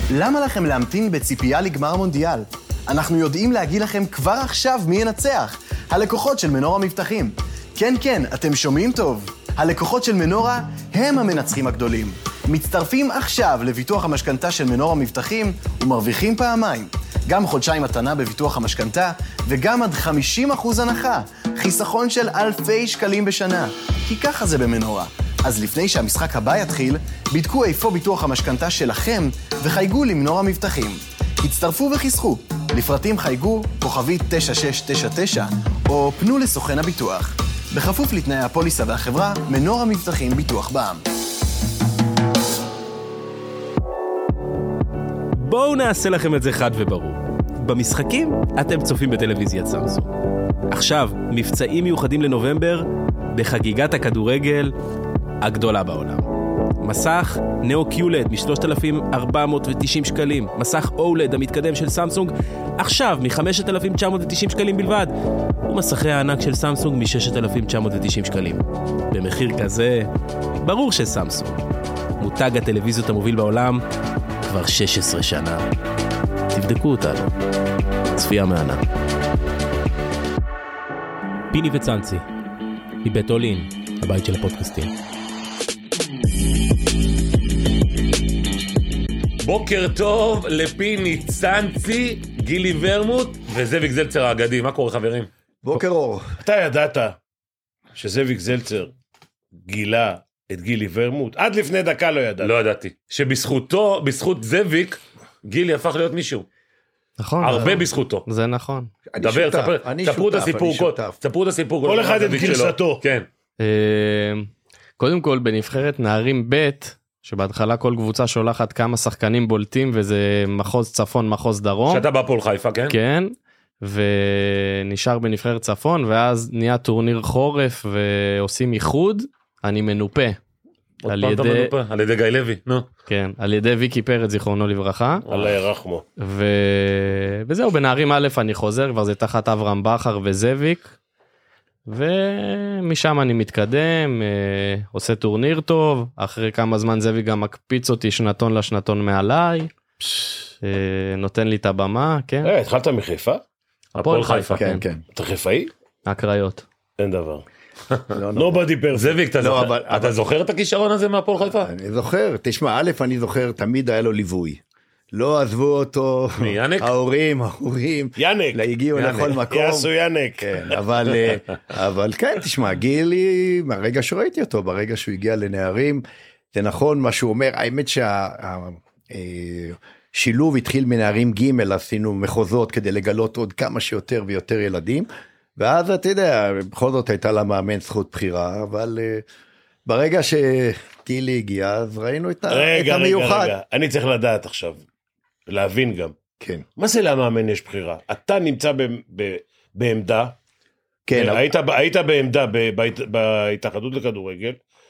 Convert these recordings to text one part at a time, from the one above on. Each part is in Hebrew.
למה לכם להמתין בציפייה לגמר המונדיאל? אנחנו יודעים להגיד לכם כבר עכשיו מי ינצח. הלקוחות של מנורה מבטחים. כן, כן, אתם שומעים טוב. הלקוחות של מנורה הם המנצחים הגדולים. מצטרפים עכשיו לביטוח המשכנתה של מנורה מבטחים ומרוויחים פעמיים. גם חודשיים מתנה בביטוח המשכנתה וגם עד 50% הנחה. חיסכון של אלפי שקלים בשנה. כי ככה זה במנורה. אז לפני שהמשחק הבא יתחיל, בדקו איפה ביטוח המשכנתה שלכם וחייגו למנורה מבטחים. הצטרפו וחיסכו. לפרטים חייגו כוכבית 9699 או פנו לסוכן הביטוח. בכפוף לתנאי הפוליסה והחברה, מנורה מבטחים ביטוח בע"מ. בואו נעשה לכם את זה חד וברור. במשחקים אתם צופים בטלוויזיית סמסונג. עכשיו, מבצעים מיוחדים לנובמבר בחגיגת הכדורגל הגדולה בעולם. מסך נאו קיולד מ-3,490 שקלים. מסך אולד המתקדם של סמסונג עכשיו מ-5,990 שקלים בלבד. ומסכי הענק של סמסונג מ-6,990 שקלים. במחיר כזה, ברור שסמסונג. מותג הטלוויזיות המוביל בעולם כבר 16 שנה. תבדקו אותנו. צפייה מענה. פיני וצאנצי, מבית אולין, הבית של הפודקאסטים. בוקר טוב לפיני צאנצי, גילי ורמוט וזאביק זלצר האגדי. מה קורה חברים? בוקר אור. אתה ידעת שזאביק זלצר גילה את גילי ורמוט? עד לפני דקה לא ידעתי. לא ידעתי. שבזכותו, בזכות זאביק, גילי הפך להיות מישהו. נכון. הרבה בזכותו. זה נכון. דבר, ספרו את הסיפור. כל אחד את גרסתו. כן. קודם כל, בנבחרת נערים ב' שבהתחלה כל קבוצה שולחת כמה שחקנים בולטים, וזה מחוז צפון, מחוז דרום. שאתה בהפועל חיפה, כן? כן, ונשאר בנבחרת צפון, ואז נהיה טורניר חורף, ועושים איחוד, אני מנופה. על ידי גיא לוי, נו. כן, על ידי ויקי פרץ, זיכרונו לברכה. אללה ירחמו. וזהו, בנערים א' אני חוזר, כבר זה תחת אברהם בכר וזאביק, ומשם אני מתקדם, עושה טורניר טוב, אחרי כמה זמן זאביק גם מקפיץ אותי שנתון לשנתון מעליי, נותן לי את הבמה, כן. התחלת מחיפה? הפועל חיפה, כן, כן. אתה חיפאי? הקריות. אין דבר. Nobody perfect. זאביק, אתה זוכר את הכישרון הזה מהפועל חיפה? אני זוכר, תשמע, א', אני זוכר, תמיד היה לו ליווי. לא עזבו אותו, ההורים, ינק, הגיעו לכל מקום. יעשו ינק. אבל כן, תשמע, גילי, מהרגע שראיתי אותו, ברגע שהוא הגיע לנערים, זה נכון מה שהוא אומר, האמת שהשילוב התחיל מנערים ג', עשינו מחוזות כדי לגלות עוד כמה שיותר ויותר ילדים, ואז אתה יודע, בכל זאת הייתה לה מאמן זכות בחירה, אבל ברגע שגילי הגיע, אז ראינו את המיוחד. רגע, אני צריך לדעת עכשיו, להבין גם. כן. מה זה למאמן יש בחירה? אתה נמצא בעמדה, כן, היית בעמדה בהתאחדות לכדורגל,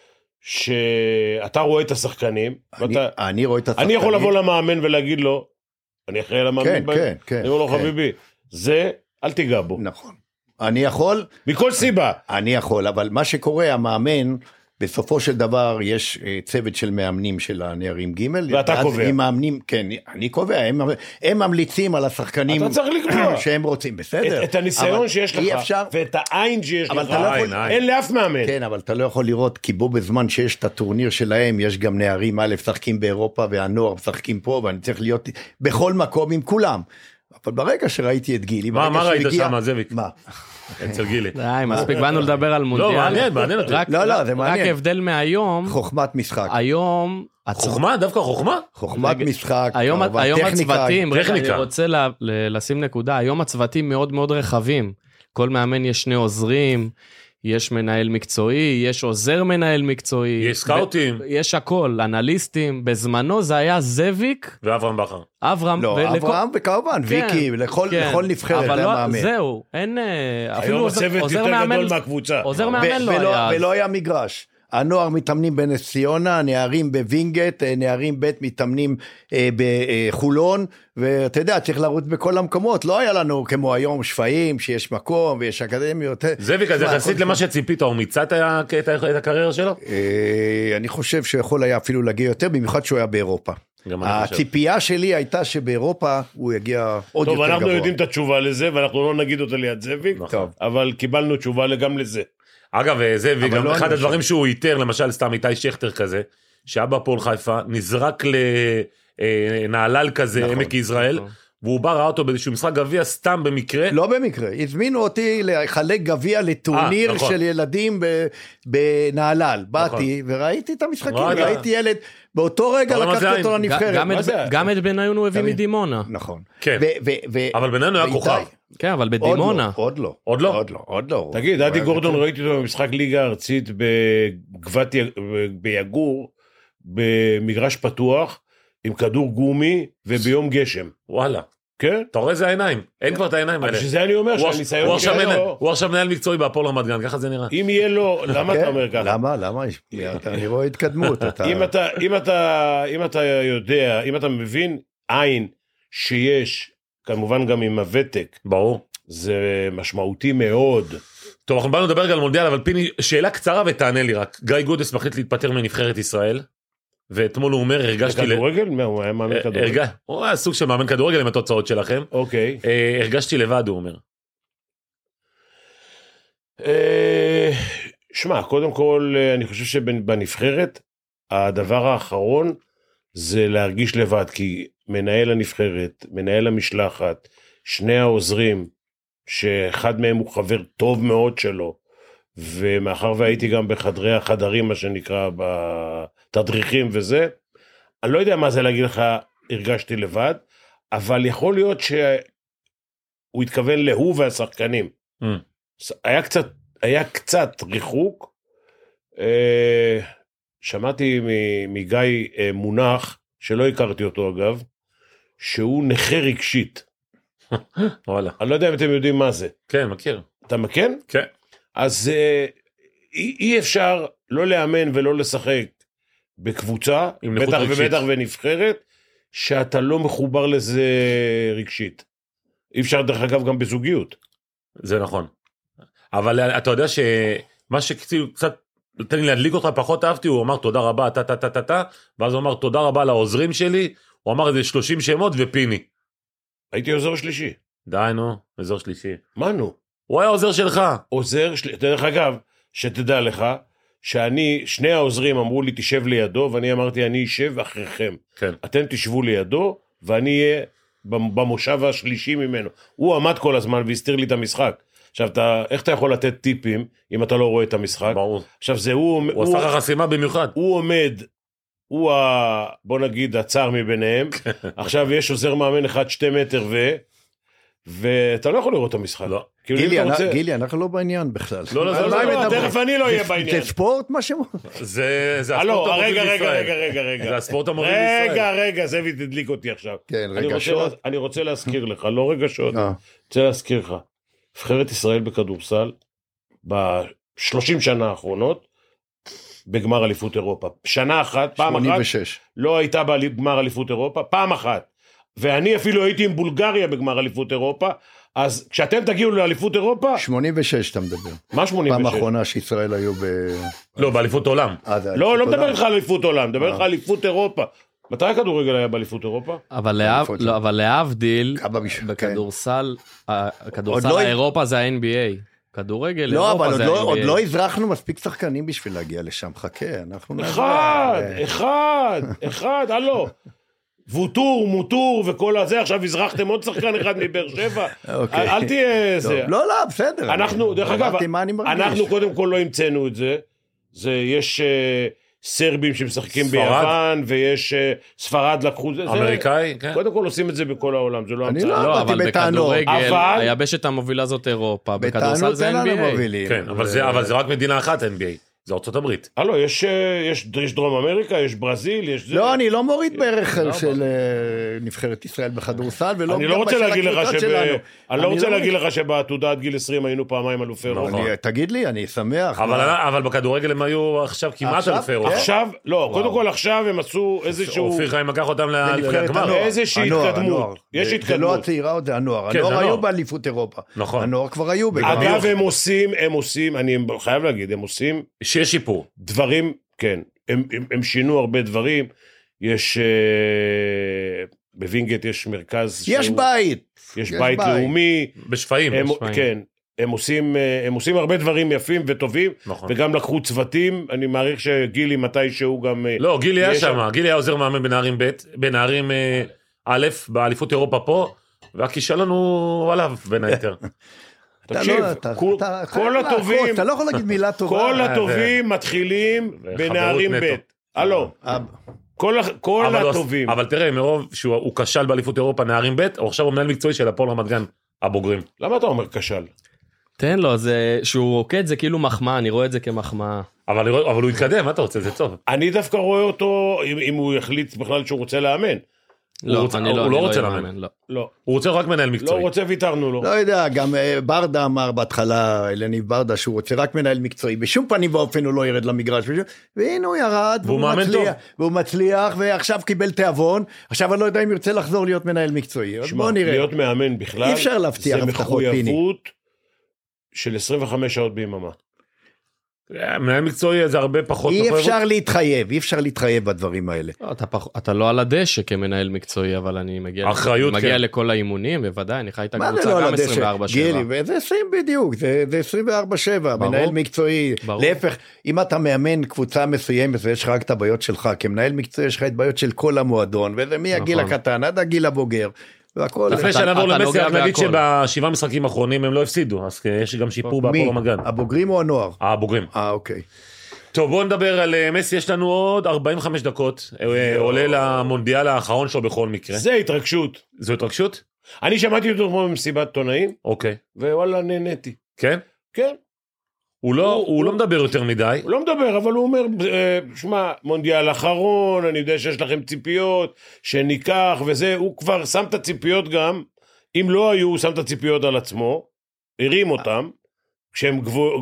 שאתה רואה את השחקנים, אני רואה את השחקנים. אני יכול לבוא למאמן ולהגיד לו, אני אחראי למאמן, כן. אני אומר לו חביבי, זה אל תיגע בו. נכון. אני יכול. מכל סיבה. אני יכול, אבל מה שקורה, המאמן, בסופו של דבר יש צוות של מאמנים של הנערים ג' ואתה קובע. מאמנים, כן, אני קובע, הם ממליצים על השחקנים. אתה צריך לקבוע. שהם רוצים, בסדר. את הניסיון שיש לך, ואת העין שיש לך, אין לאף מאמן. כן, אבל אתה לא יכול לראות, כי בו בזמן שיש את הטורניר שלהם, יש גם נערים א' שחקים באירופה, והנוער משחקים פה, ואני צריך להיות בכל מקום עם כולם. אבל ברגע שראיתי את גילי, מה ראית שם, זאביק? מה? אצל גילי. מספיק באנו לדבר על מונדיאל. מעניין אותי. לא, זה מעניין. רק הבדל מהיום. חוכמת משחק. היום. חוכמה? דווקא חוכמה? חוכמת משחק. היום הצוותים, אני רוצה לשים נקודה, היום הצוותים מאוד מאוד רחבים. כל מאמן יש 2 עוזרים, יש מנהל מקצועי, יש עוזר מנהל מקצועי. יש סקאוטים. יש הכל, אנליסטים. בזמנו זה היה זאביק. ואברהם בכר. אברהם וכמובן, ויקי, לכל נבחרת היה מאמן. זהו, אין, היום הצוות יותר גדול מהקבוצה. עוזר מאמן לא היה. ולא היה מגרש. הנוער מתאמנים בנס ציונה, נערים בווינגט, נערים ב' מתאמנים בחולון, ואתה יודע, צריך לרוץ בכל המקומות, לא היה לנו כמו היום שפעים, שיש מקום ויש אקדמיות. זאביק, אז יחסית למה שציפית, הוא מיצת את הקריירה שלו? אני חושב שיכול היה אפילו להגיע יותר, במיוחד שהוא היה באירופה. הציפייה שלי הייתה שבאירופה הוא יגיע עוד יותר גבוה. טוב, אנחנו יודעים את התשובה לזה, ואנחנו לא נגיד אותה ליד זאביק, אבל קיבלנו תשובה גם לזה. אגב, זאביק, גם אחד הדברים שהוא ייתר, למשל סתם איתי שכטר כזה, שאבא פועל חיפה נזרק לנעלל כזה, עמק יזרעאל, והוא בא ראה אותו באיזשהו משחק גביע סתם במקרה. לא במקרה, הזמינו אותי לחלק גביע לטורניר של ילדים בנעלל. באתי וראיתי את המשחקים, ראיתי ילד, באותו רגע לקחתי אותו לנבחרת. גם את בניון הוא הביא מדימונה. נכון. כן, אבל בניון היה כוכב. כן, אבל בדימונה. עוד לא. עוד לא. תגיד, אדי גורדון ראיתי אותו במשחק ליגה ארצית ביגור, במגרש פתוח, עם כדור גומי וביום גשם. וואלה. כן? אתה רואה זה העיניים, אין כבר את העיניים האלה. שזה אני אומר שהניסיון הוא עכשיו מנהל מקצועי בהפועל רמת גן, ככה זה נראה. אם יהיה לו, למה אתה אומר ככה? למה? אני רואה התקדמות. אם אתה יודע, אם אתה מבין עין שיש, כמובן גם עם הוותק, ברור. זה משמעותי מאוד. טוב, אנחנו באנו לדבר על מונדיאל, אבל פיני, שאלה קצרה ותענה לי רק. גיא גודס מחליט להתפטר מנבחרת ישראל, ואתמול הוא אומר, הרגשתי... כדורגל? הוא היה מאמן כדורגל. הוא היה סוג של מאמן כדורגל עם התוצאות שלכם. אוקיי. הרגשתי לבד, הוא אומר. שמע, קודם כל, אני חושב שבנבחרת, הדבר האחרון זה להרגיש לבד, כי מנהל הנבחרת, מנהל המשלחת, שני העוזרים, שאחד מהם הוא חבר טוב מאוד שלו, ומאחר והייתי גם בחדרי החדרים, מה שנקרא, בתדריכים וזה, אני לא יודע מה זה להגיד לך, הרגשתי לבד, אבל יכול להיות שהוא התכוון להוא והשחקנים. היה קצת ריחוק, שמעתי מגיא מונח, שלא הכרתי אותו אגב, שהוא נכה רגשית. וואלה. אני לא יודע אם אתם יודעים מה זה. כן, מכיר. אתה מכיר? כן. אז אי אפשר לא לאמן ולא לשחק בקבוצה, בטח ונבחרת, שאתה לא מחובר לזה רגשית. אי אפשר דרך אגב גם בזוגיות. זה נכון. אבל אתה יודע שמה שקצת נתן לי להדליק אותך פחות אהבתי, הוא אמר תודה רבה, ואז הוא אמר תודה רבה לעוזרים שלי, הוא אמר איזה 30 שמות ופיני. הייתי עוזר שלישי. די נו, עוזר שלישי. מה נו? הוא היה עוזר שלך. עוזר שלישי, דרך אגב, שתדע לך, שני העוזרים אמרו לי תשב לידו, ואני אמרתי אני אשב אחריכם. כן. אתם תשבו לידו, ואני אהיה במושב השלישי ממנו. הוא עמד כל הזמן והסתיר לי את המשחק. עכשיו, איך אתה יכול לתת טיפים, אם אתה לא רואה את המשחק? ברור. עכשיו, הוא עשה לך חסימה במיוחד. הוא עומד, בוא נגיד, הצער מביניהם. עכשיו, יש עוזר מאמן 1-2 מטר ואתה לא יכול לראות את המשחק. לא. גילי, אנחנו לא בעניין בכלל. לא, תכף אני לא אהיה בעניין. זה ספורט מה שמו? זה הספורט המוביל בישראל. רגע. זה הספורט המוביל בישראל. רגע, זה תדליק אותי עכשיו. כן, רגשות. אני רוצה להזכיר לך, לא רגשות, רוצה להזכיר לך. נבחרת ישראל בכדורסל, ב-30 שנה האחרונות, בגמר אליפות אירופה. שנה אחת, פעם אחת, 86. לא הייתה בגמר אליפות אירופה, פעם אחת. ואני אפילו הייתי עם בולגריה בגמר אליפות אירופה, אז כשאתם תגיעו לאליפות אירופה... 86 אתה מדבר. מה 86? פעם האחרונה שישראל היו לא, באליפות עולם. לא מדבר איתך על אליפות עולם, מדבר איתך על אליפות אירופה. מתי הכדורגל היה באליפות אירופה? אבל להבדיל, בכדורסל, הכדורסל האירופה זה ה-NBA. כדורגל אירופה זה ה-NBA. לא, אבל עוד לא הזרחנו מספיק שחקנים בשביל להגיע לשם. חכה, אנחנו... אחד, הלו. מוטור וכל הזה, עכשיו הזרחתם עוד שחקן אחד מבאר שבע, אל תהיה זה. לא, בסדר. אנחנו, דרך אגב, אנחנו קודם כל לא המצאנו את זה, יש סרבים שמשחקים ביוון, ויש ספרד לקחו, אמריקאי, כן. קודם כל עושים את זה בכל העולם, זה לא המצאה. לא, אבל בכדורגל, היבשת המובילה זאת אירופה, בכדורסל זה NBA. כן, אבל זה רק מדינה אחת NBA. זה ארצות הברית. הלו, יש דרום אמריקה, יש ברזיל, יש זה. לא, אני לא מוריד בערך של נבחרת ישראל בכדורסל, ולא... אני לא רוצה להגיד לך שבעתודה עד גיל 20 היינו פעמיים אלופי אירופה. תגיד לי, אני שמח. אבל בכדורגל הם היו עכשיו כמעט אלופי אירופה. עכשיו, לא, קודם כל עכשיו הם עשו איזשהו... אופיר חיים לקח אותם לגמר. איזושהי התקדמות. יש התקדמות. זה לא הצעירה עוד, זה הנוער. הנוער היו באליפות אירופה. נכון. הנוער כבר היו. אגב, הם עושים, אני חייב להגיד, הם עושים... שיש שיפור. דברים, כן, הם שינו הרבה דברים, יש, בווינגייט יש מרכז. יש בית. יש בית לאומי. בשפעים. כן. הם עושים הרבה דברים יפים וטובים, נכון. וגם לקחו צוותים, אני מעריך שגילי מתי שהוא גם... לא, גילי היה שם, גילי היה עוזר מאמן בנערים ב', בנערים א', באליפות אירופה פה, והכישלון הוא עליו בין היתר. תקשיב, כל הטובים, אתה לא יכול להגיד מילה טובה. כל הטובים מתחילים בנערים ב'. הלו, כל הטובים. אבל תראה, מרוב שהוא כשל באליפות אירופה נערים ב', הוא עכשיו מנהל מקצועי של הפועל רמת גן, הבוגרים. למה אתה אומר כשל? תן לו, שהוא רוקד זה כאילו מחמאה, אני רואה את זה כמחמאה. אבל הוא יתקדם, מה אתה רוצה? זה טוב. אני דווקא רואה אותו, אם הוא יחליט בכלל שהוא רוצה לאמן. לא, הוא לא רוצה לאמן. לא. הוא רוצה רק מנהל מקצועי. לא רוצה, ויתרנו לו. לא יודע, גם ברדה אמר בהתחלה, אלניב ברדה, שהוא רוצה רק מנהל מקצועי, בשום פנים ואופן הוא לא ירד למגרש, והנה הוא ירד, והוא מצליח, ועכשיו קיבל תיאבון, עכשיו אני לא יודע אם ירצה לחזור להיות מנהל מקצועי. בוא נראה. להיות מאמן בכלל, אי אפשר להבטיח הבטחות, פיני. זה מחויבות של 25 שעות ביממה. מנהל מקצועי זה הרבה פחות אי אפשר להתחייב בדברים האלה. אתה לא על הדשא כמנהל מקצועי, אבל אני מגיע לכל האימונים, בוודאי, אני חי את הקבוצה גם 24/7. גילי, וזה 20 בדיוק, זה 24/7, מנהל מקצועי. להפך, אם אתה מאמן קבוצה מסוימת, ויש לך רק את הבעיות שלך, כמנהל מקצועי יש לך את הבעיות של כל המועדון, וזה מהגיל הקטן עד הגיל הבוגר. לפני שנעבור למסי, רק נגיד שבשבעה משחקים האחרונים הם לא הפסידו, אז יש גם שיפור בהפועל רמת גן. הבוגרים או הנוער? הבוגרים. אוקיי. טוב, בואו נדבר על מסי, יש לנו עוד 45 דקות, עולה למונדיאל האחרון שלו בכל מקרה. זה התרגשות. זו התרגשות? אני שמעתי אותו כמו במסיבת עיתונאים, אוקיי. ווואלה נהניתי. כן? כן. הוא לא מדבר יותר מדי. הוא לא מדבר, אבל הוא אומר, שמע, מונדיאל אחרון, אני יודע שיש לכם ציפיות, שניקח וזה, הוא כבר שם את הציפיות גם, אם לא היו, הוא שם את הציפיות על עצמו, הרים אותם, כשהם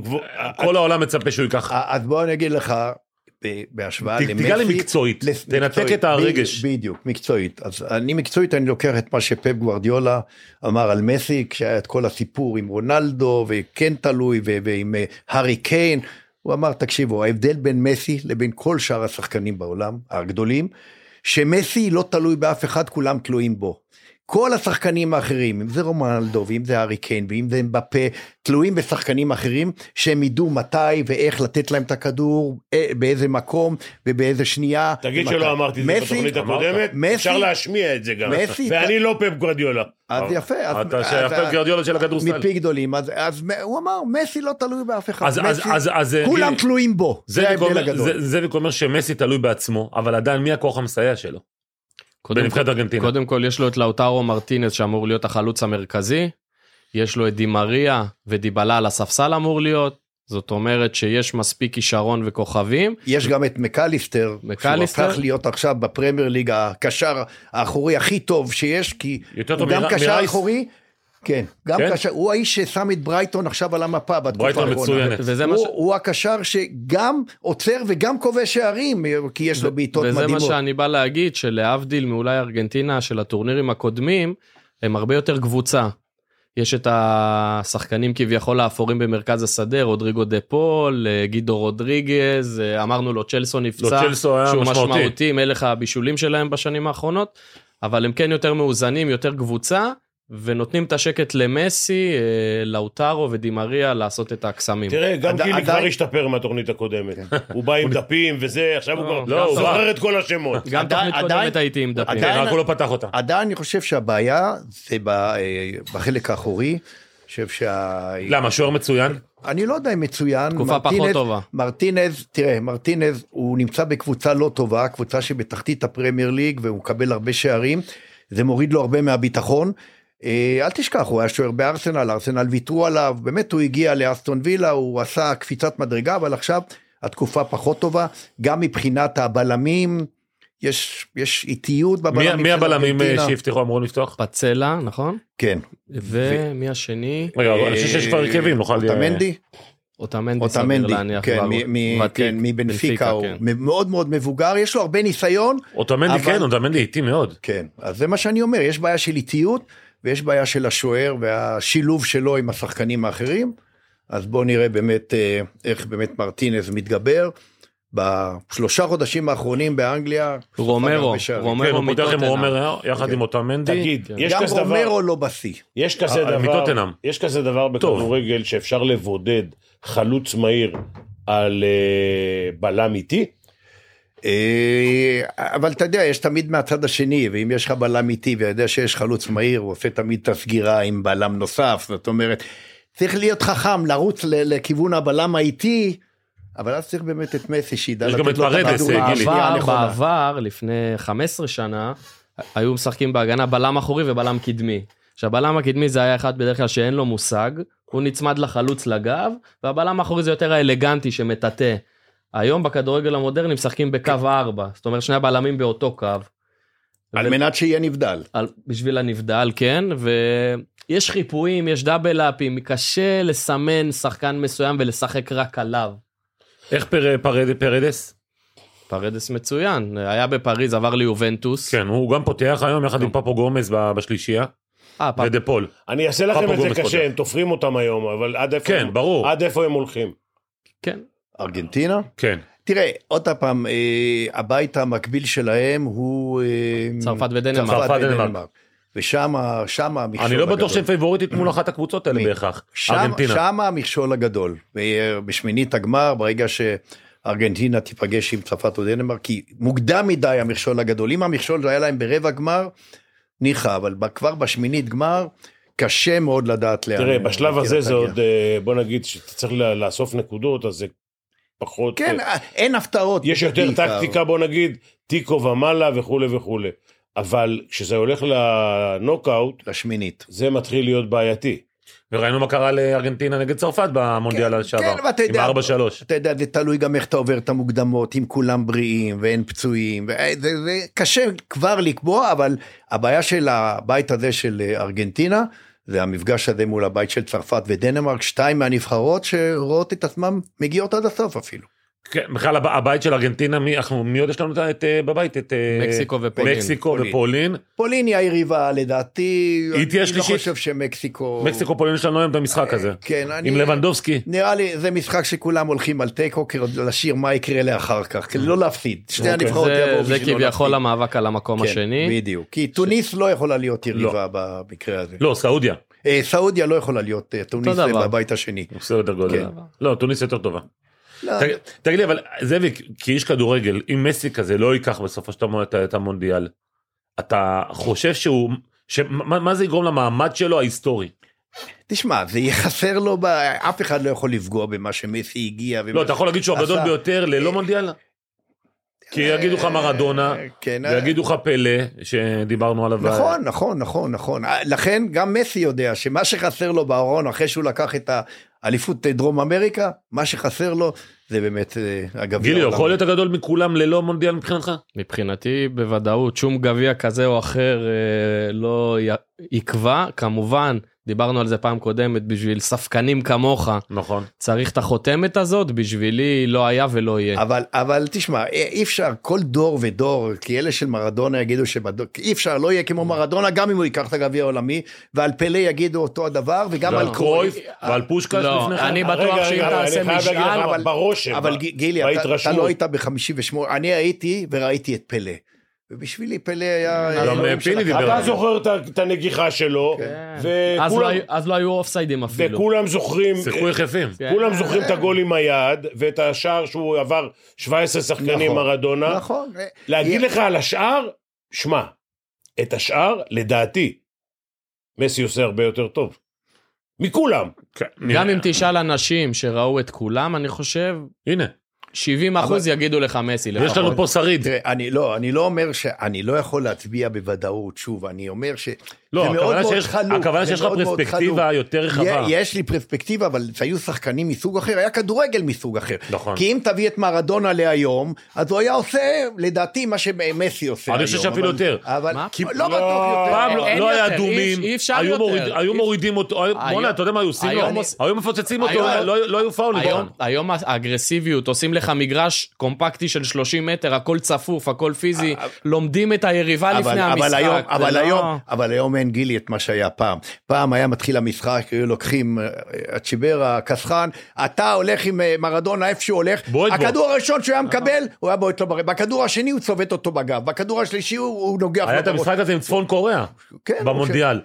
כל העולם מצפה שהוא ייקח. אז בוא אני אגיד לך, בהשוואה למסי... תיגע לי מקצועית, תנתק את הרגש. בדיוק, מקצועית. אז אני מקצועית, אני לוקח את מה שפפ גוארדיולה אמר על מסי, כשהיה את כל הסיפור עם רונלדו, וכן תלוי, ועם הארי קיין, הוא אמר, תקשיבו, ההבדל בין מסי לבין כל שאר השחקנים בעולם, הגדולים, שמסי לא תלוי באף אחד, כולם תלויים בו. כל השחקנים האחרים, אם זה רונלדו, ואם זה הארי קיין, ואם זה מבפה, תלויים בשחקנים אחרים, שהם ידעו מתי ואיך לתת להם את הכדור, באיזה מקום ובאיזה שנייה. תגיד שלא אמרתי את זה בתוכנית הקודמת, אפשר להשמיע את זה גם. ואני לא פפ גוארדיולה. אז יפה. אתה פפ גוארדיולה של הכדורסל. מפי גדולים, אז הוא אמר, מסי לא תלוי באף אחד. כולם תלויים בו. זה ההבדל הגדול. זאביק אומר שמסי תלוי בעצמו, אבל עדיין מי הכוח המסייע שלו? בנבחרת ארגנטינה. קודם כל יש לו את לאוטרו מרטינז שאמור להיות החלוץ המרכזי, יש לו את דימריה ודיבלה על הספסל אמור להיות, זאת אומרת שיש מספיק כישרון וכוכבים. יש גם את מקליסטר, שהוא הפך להיות עכשיו בפרמייר ליג הקשר האחורי הכי טוב שיש, כי הוא גם קשר אחורי, כן, גם קשר, הוא האיש ששם את ברייטון עכשיו על המפה בתקופה האחרונה. הוא הקשר שגם עוצר וגם כובש שערים, כי יש לו בעיטות מדהימות. וזה מה שאני בא להגיד, שלהבדיל מאולי ארגנטינה של הטורנירים הקודמים, הם הרבה יותר קבוצה. יש את השחקנים כביכול האפורים במרכז השדה, רודריגו דה פול, גידו רודריגז, אמרנו לו צ'לסו נפצע, שהוא משמעותי, מלך הבישולים שלהם בשנים האחרונות, אבל הם כן יותר מאוזנים, יותר קבוצה, ונותנים את השקט למסי, לאוטרו ודימריה לעשות את הקסמים. תראה, גם גילי כבר השתפר מהתוכנית הקודמת. הוא בא עם דפים וזה, עכשיו הוא זוכר את כל השמות. גם תוכנית קודמת הייתי עם דפים. רק הוא לא פתח אותה. עדיין אני חושב שהבעיה זה בחלק האחורי. למה, שוער מצוין? אני לא יודע אם מצוין. תקופה פחות טובה. מרטינז הוא נמצא בקבוצה לא טובה, קבוצה שבתחתית הפרמייר ליג, והוא מקבל הרבה שערים. זה מוריד לו הרבה מהביטחון. אל תשכח, הוא היה שוער בארסנל, ארסנל ויתרו עליו, באמת הוא הגיע לאסטון וילה, הוא עשה קפיצת מדרגה, אבל עכשיו התקופה פחות טובה, גם מבחינת הבלמים, יש איטיות בבלמים. מי הבלמים שהבטיחו אמרו לפתוח? פצלה, נכון? כן. ומי השני? רגע, אני חושב שיש כבר הרכבים, נוכל... אותמנדי סביר להניח. כן, מבנפיקה, הוא מאוד מאוד מבוגר, יש לו הרבה ניסיון. אותמנדי איטי מאוד. כן, אז זה מה שאני אומר, יש בעיה של איטיות, ויש בעיה של השוער, והשילוב שלו עם השחקנים האחרים, אז בואו נראה באמת איך באמת מרטינז מתגבר, בשלושה חודשים האחרונים באנגליה, רומרו כן, הוא פותח עם רומרו, יחד עם אוטמנדי. תגיד, גם רומרו לא בשיא. יש כזה דבר בכדורגל שאפשר לבודד חלוץ מהיר על בלם איטי? אבל אתה יודע, יש תמיד מהצד השני, ואם יש לך בלם איטי, ויודע שיש חלוץ מהיר, הוא עושה תמיד את הסגירה עם בלם נוסף, זאת אומרת, צריך להיות חכם, לרוץ לכיוון הבלם האיטי, אבל אז צריך באמת את מסי, שידע לתת לו את פרדס, גילי. בעבר, לפני 15 שנה, היו משחקים בהגנה בלם אחורי ובלם קדמי. שהבלם הקדמי זה היה אחד בדרך כלל שאין לו מושג, הוא נצמד לחלוץ לגב, והבלם האחורי זה יותר האלגנטי שמטאטא. היום בכדורגל המודרני משחקים בקו 4, זאת אומרת שני הבלמים באותו קו. על מנת שיהיה נבדל. בשביל הנבדל, כן, ויש חיפויים, יש דאבל-אפים, קשה לסמן שחקן מסוים ולשחק רק עליו. איך פרדס? פרדס מצוין, היה בפריז, עבר ליובנטוס. כן, הוא גם פותח היום יחד עם פפו גומז בשלישייה. ודפול. אני אעשה לכם את זה קשה, הם תופרים אותם היום, אבל עד איפה הם הולכים? כן. ארגנטינה? כן. תראה, עוד פעם, הבית המקביל שלהם הוא... צרפת ודנמרק. ושם המכשול הגדול. אני לא בטוח שהם פייבוריטית מול אחת הקבוצות האלה בהכרח. שם המכשול הגדול. בשמינית הגמר, ברגע שארגנטינה תיפגש עם צרפת או דנמרק, כי מוקדם מדי המכשול הגדול. אם המכשול היה להם ברבע גמר, ניחא, אבל כבר בשמינית גמר, קשה מאוד לדעת לאן. תראה, בשלב הזה זה עוד, בוא נגיד, שצריך לאסוף נקודות, אז זה פחות... כן, אין הפתעות. יש יותר טקטיקה, בוא נגיד, טיקו ומעלה וכו' וכו'. אבל כשזה הולך לנוקאוט, לשמינית, זה מתחיל להיות בעייתי. וראינו מה קרה לארגנטינה נגד צרפת במונדיאל שעבר, עם 4-3. אתה יודע, זה תלוי גם איך אתה עובר את המוקדמות, אם כולם בריאים ואין פצועים, זה קשה כבר לקבוע, אבל הבעיה של הבית הזה של ארגנטינה, זה המפגש הזה מול הבית של צרפת ודנמרק, שתיים מהנבחרות שרואות את עצמם מגיעות עד הסוף אפילו. כן, בכלל הבית של ארגנטינה, מי עוד יש לנו בבית? מקסיקו ופולין. פולין היא היריבה, לדעתי, אני לא חושב שמקסיקו... מקסיקו פולין יש לנו היום את המשחק הזה, עם לבנדובסקי. נראה לי, זה משחק שכולם הולכים על טקו, לשיר מה יקרה לאחר כך, כדי לא להפסיד. שתי הנבחרות יבואו. זה כביכול המאבק על המקום השני. בדיוק, כי טוניס לא יכולה להיות יריבה במקרה הזה. לא, סעודיה. סעודיה לא יכולה להיות טוניס בבית השני. לא, טוניס יותר טובה. תגיד לי, אבל זה כאיש כדורגל, אם מסי כזה לא ייקח בסופו של דבר את המונדיאל, אתה חושב מה זה יגרום למעמד שלו ההיסטורי? תשמע, זה יחסר לו, אף אחד לא יכול לפגוע במה שמסי הגיע. לא, אתה יכול להגיד שהוא הגדול ביותר ללא מונדיאל? כי יגידו לך מרדונה, ויגידו לך פלא, שדיברנו עליו. נכון. לכן גם מסי יודע שמה שחסר לו בארון, אחרי שהוא לקח את האליפות דרום אמריקה, מה שחסר לו זה באמת הגביע. גילי, יכול להיות הגדול מכולם ללא מונדיאל מבחינתך? מבחינתי בוודאות, שום גביע כזה או אחר לא יקבע, כמובן, דיברנו על זה פעם קודמת, בשביל ספקנים כמוך, נכון. צריך את החותמת הזאת, בשבילי לא היה ולא יהיה. אבל תשמע, אי אפשר, כל דור ודור, כי אלה של מרדונה יגידו אי אפשר, לא יהיה כמו מרדונה, גם אם הוא ייקח את הגביע העולמי, ועל פלא יגידו אותו הדבר, וגם על קרויף, ועל פושקש לפני כן. אני בטוח שאם תעשה משאל, אבל גילי, אתה לא היית ב-58, אני הייתי וראיתי את פלא. ובשבילי פלא היה... אתה זוכר את הנגיחה שלו, אז לא היו אופסיידים אפילו. וכולם זוכרים... שיחקו יחפים. כולם זוכרים את הגול עם היד, ואת השער שהוא עבר 17 שחקנים מרדונה. נכון. להגיד לך על השער, שמע, את השער, לדעתי, מסי עושה הרבה יותר טוב. מכולם. גם אם תשאל אנשים שראו את כולם, אני חושב... הנה. 70% יגידו לך מסי. יש לנו פה שריד. אני לא אומר שאני לא יכול להצביע בוודאות, שוב, אני אומר ש... לא, הכוונה שיש לך פרספקטיבה יותר רחבה. יש לי פרספקטיבה, אבל היו שחקנים מסוג אחר, היה כדורגל מסוג אחר. כי אם תביא את מרדונה להיום, אז הוא היה עושה, לדעתי, מה שמסי עושה היום. אני חושב שאפילו יותר. לא בטוח יותר. פעם לא היה אדומים, היו מורידים אותו, אתה יודע מה היו עושים לו? היו מפוצצים אותו, לא היו פאולים. היום האגרסיביות, עושים לך מגרש קומפקטי של 30 מטר, הכל צפוף, הכל פיזי, לומדים את היריבה לפני המשחק. אבל היום אין גילי את מה שהיה פעם. פעם היה מתחיל המשחק, היו לוקחים הצ'יברה, קסחן, אתה הולך עם מרדונה איפה שהוא הולך, הכדור הראשון שהוא היה מקבל, הוא היה בועט לו ברגל, בכדור השני הוא צובט אותו בגב, בכדור השלישי הוא נוגח. היה את המשחק הזה עם צפון קוריאה, במונדיאל.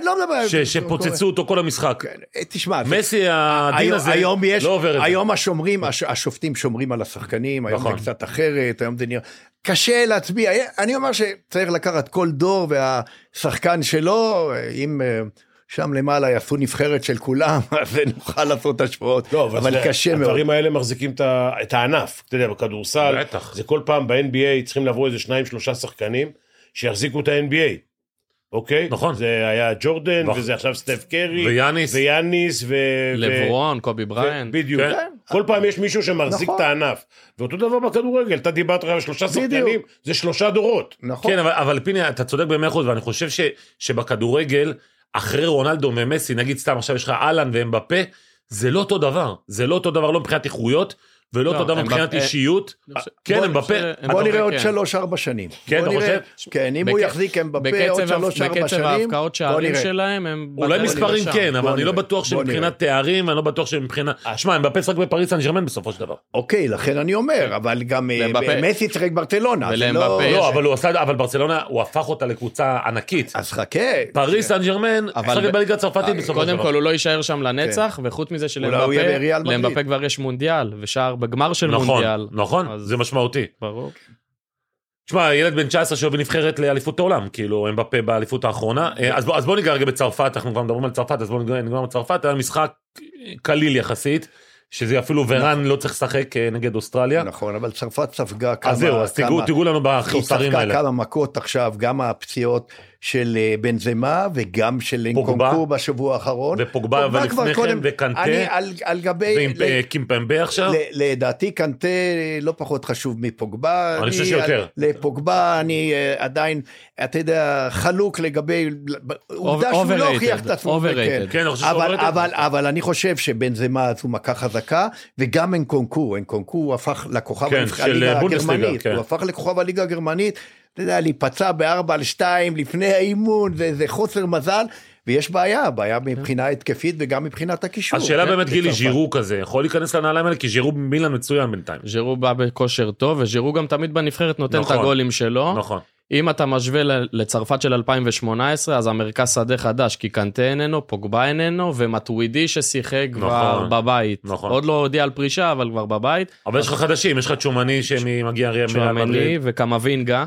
שפוצצו אותו כל המשחק. תשמע, מסי הדין הזה לא עובר את זה. היום השופטים שומרים על השחקנים, היום זה קצת אחרת, היום זה נראה, קשה להצביע, אני אומר שצריך לקחת כל דור והשחקן שלו, אם שם למעלה יעשו נבחרת של כולם, אז נוכל לעשות השפעות, אבל קשה מאוד. הדברים האלה מחזיקים את הענף, אתה יודע, בכדורסל, זה כל פעם ב-NBA צריכים לבוא איזה 2-3 שחקנים שיחזיקו את ה-NBA. אוקיי? נכון. זה היה ג'ורדן, וזה עכשיו סטף קרי, ויאניס, לברון, קובי בריין. בדיוק. כל פעם יש מישהו שמחזיק את הענף. ואותו דבר בכדורגל, אתה דיברת על 3 שחקנים, זה 3 דורות. כן, אבל פיני, אתה צודק ב100%, ואני חושב שבכדורגל, אחרי רונלדו ומסי, נגיד סתם עכשיו יש לך אלן ואמבפה, זה לא אותו דבר. זה לא אותו דבר, לא מבחינת איכויות, ולא אותו דבר מבחינת אישיות. כן, אמבפה. בוא נראה עוד 3-4 שנים. כן, אתה חושב? כן, אם הוא יחזיק אמבפה עוד 3-4 שנים. בקצב ההפקעות שערים שלהם, הם... אולי מספרים כן, אבל אני לא בטוח שמבחינת תארים, אני לא בטוח שמבחינת... שמע, אמבפה שחק בפריז סן ז'רמן בסופו של דבר. אוקיי, לכן אני אומר, אבל גם מסי שחק ברצלונה. לא, אבל ברצלונה, הוא הפך אותה לקבוצה ענקית. אז חכה. פריז סן ז'רמן, שחק בליגה הצרפתית בסופו של דבר. קודם כל, הוא לא יישאר שם לנצח, וחוץ מזה שלאמבפה כבר יש מונדיאל, ושער בגמר של מונדיאל. נכון, זה משמעותי. ברור. תשמע, ילד בן 19 שהוא בנבחרת לאליפות העולם, כאילו אמבפה באליפות האחרונה, אז בוא ניגע רגע בצרפת, אנחנו כבר מדברים על צרפת, אז בוא ניגע בצרפת, היה משחק קליל יחסית, שזה אפילו ורן לא צריך לשחק נגד אוסטרליה. נכון, אבל צרפת ספגה כמה... אז זהו, אז תיגעו לנו בחוסרים האלה. ספגה כמה מכות עכשיו, גם הפציעות של בנזמה, וגם של אנקונקו בשבוע האחרון. ופוגבה ולפני כן, וקנטה, ועם קימפמבה עכשיו. לדעתי קנטה לא פחות חשוב מפוגבה. אני חושב שיותר. לפוגבה אני עדיין, אתה יודע, חלוק לגבי, עובדה שהוא לא הוכיח את עצמו. כן, אני חושב שאובררייטד. אבל אני חושב שבנזמה זו מכה חזקה, וגם אנקונקו הוא הפך לכוכב הליגה הגרמנית. הוא הפך לכוכב הליגה הגרמנית, אתה יודע, להיפצע ב4-2 לפני האימון, זה חוסר מזל, ויש בעיה מבחינה התקפית וגם מבחינת הקישור. השאלה באמת גילי, ז'ירו כזה, יכול להיכנס לנעליים האלה, כי ז'ירו מילאן מצוין בינתיים. ז'ירו בא בכושר טוב, וז'ירו גם תמיד בנבחרת נותן את הגולים שלו. נכון. אם אתה משווה לצרפת של 2018, אז המרכז שדה חדש, כי קנטה איננו, פוגבה איננו, ומטווידי ששיחק כבר בבית. עוד לא הודיע על פרישה, אבל כבר בבית. אבל יש לך חדשים, יש לך צ'ומני שמגיע צ'ומני וקמבינגה.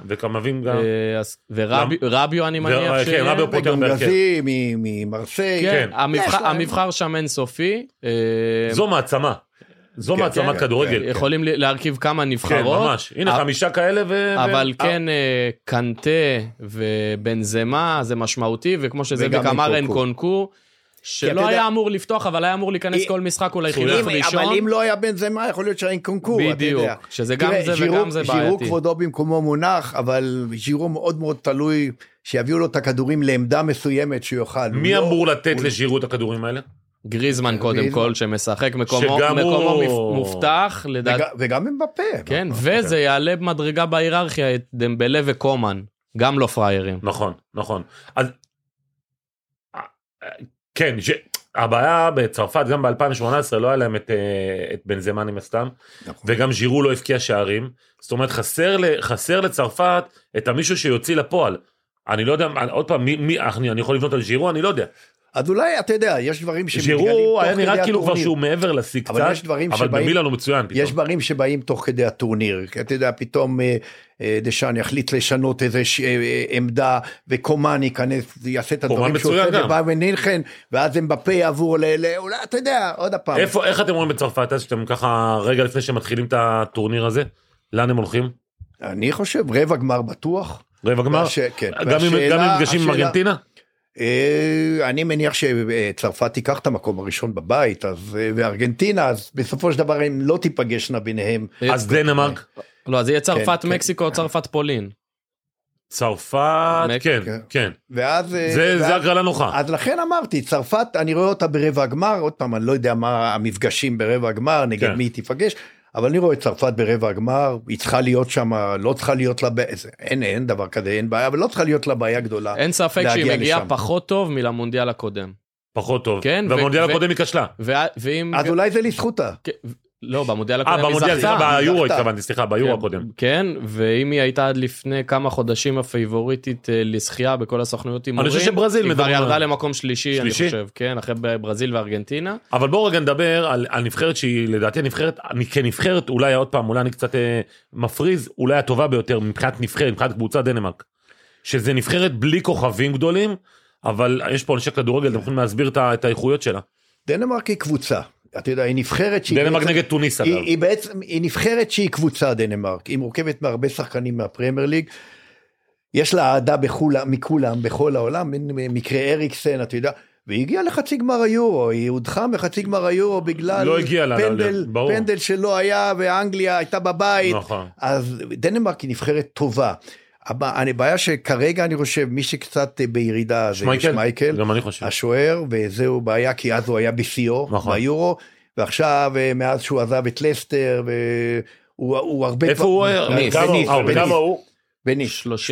ורביו אני מניח ש... כן, רביו פוטר ברכי, ממרסיי. כן, המבחר שם אינסופי. זו מעצמה. זו מעצמת כדורגל. יכולים להרכיב כמה נבחרות. כן, ממש. הנה 5 כאלה אבל כן, קנטה ובנזמה זה משמעותי, וכמו שזה אמר אנקונקו, שלא היה אמור לפתוח, אבל היה אמור להיכנס כל משחק אולי חילוף ראשון. אבל אם לא היה בנזמה, יכול להיות שהאנקונקו. בדיוק, שזה גם זה וגם זה בעייתי. ז'ירו כבודו במקומו מונח, אבל ז'ירו מאוד מאוד תלוי, שיביאו לו את הכדורים לעמדה מסוימת שיוכל. מי אמור לתת לז'ירו את הכדורים האלה? גריזמן קודם כל שמשחק מקומו מובטח וגם אמבפה. כן, וזה יעלה במדרגה בהיררכיה את דמבלה וקומן, גם לא פריירים. נכון. אז כן, הבעיה בצרפת גם ב-2018 לא היה להם את בנזמה מסתם, וגם ז'ירו לא הפקיע שערים, זאת אומרת חסר לצרפת את המישהו שיוציא לפועל. אני לא יודע, עוד פעם, אני יכול לבנות על ז'ירו, אני לא יודע. אז אולי, אתה יודע, יש דברים שמתגלים תוך כדי הטורניר. ז'ירו היה נראה כאילו כבר שהוא מעבר לשיא קצת, אבל במילאן הוא מצוין פתאום. יש דברים שבאים תוך כדי הטורניר, אתה יודע, פתאום דשאן יחליט לשנות איזו עמדה, וקומן ייכנס, יעשה את הדברים שהוא עושה, ונלחן, ואז אמבפה יעבור אולי, אתה יודע, עוד הפעם. איך אתם רואים בצרפת, אז שאתם ככה רגע לפני שמתחילים את הטורניר הזה, לאן הם הולכים? אני חושב, רבע גמר בטוח. רבע גמר? גם אם נפגשים עם ארגנטינה? אני מניח שצרפת תיקח את המקום הראשון בבית, וארגנטינה, אז בסופו של דבר הם לא תיפגשנה ביניהם. אז דנמרק? לא, אז יהיה צרפת מקסיקו או צרפת פולין. צרפת, כן. זה הגרלה נוחה. אז לכן אמרתי, צרפת, אני רואה אותה ברבע הגמר, עוד פעם, אני לא יודע מה המפגשים ברבע הגמר, נגד מי תיפגש, אבל אני רואה את צרפת ברבע הגמר, היא צריכה להיות שם, לא צריכה להיות לה, אין דבר כזה, אין בעיה, אבל לא צריכה להיות לה בעיה גדולה. אין ספק שהיא מגיעה פחות טוב מלמונדיאל הקודם. פחות טוב, כן, והמונדיאל הקודם היא כשלה. אז אולי זה לזכותה. לא, במונדיאל הקודם היא זכתה. ביורו התכוונתי, סליחה, ביורו הקודם. כן, ואם היא הייתה עד לפני כמה חודשים הפייבוריטית לזכייה בכל הסוכנויות הימורים, אני חושב שברזיל היא כבר ירדה למקום שלישי, אני חושב, כן, אחרי ברזיל וארגנטינה. אבל בואו רגע נדבר על נבחרת שהיא לדעתי הנבחרת, אני כנבחרת, אולי עוד פעם, אולי אני קצת מפריז, אולי הטובה ביותר מבחינת נבחרת, מבחינת קבוצה דנמרק, שזה נבחרת בלי כוכבים גדולים, אבל יש פה אנשי כדורגל, אתם יכולים להסביר את האיכויות שלה. דנמרק היא קבוצה. אתה יודע, היא נבחרת שהיא... דנמרק נגד טוניס, אגב. היא בעצם, היא נבחרת שהיא קבוצה, דנמרק. היא מורכבת מהרבה שחקנים מהפרמייר ליג. יש לה אהדה מכולם, בכל העולם, מקרה אריקסן, אתה יודע, והיא הגיעה לחצי גמר היורו, היא הודחה מחצי גמר היורו בגלל לא פנדל שלא היה, ואנגליה הייתה בבית. נכון. אז דנמרק היא נבחרת טובה. הבעיה שכרגע אני חושב, מי שקצת בירידה זה שמייקל, השוער, וזהו בעיה, כי אז הוא היה בשיאו, ביורו, ועכשיו מאז שהוא עזב את לסטר, והוא הרבה... איפה הוא היה? כמה הוא? בניס.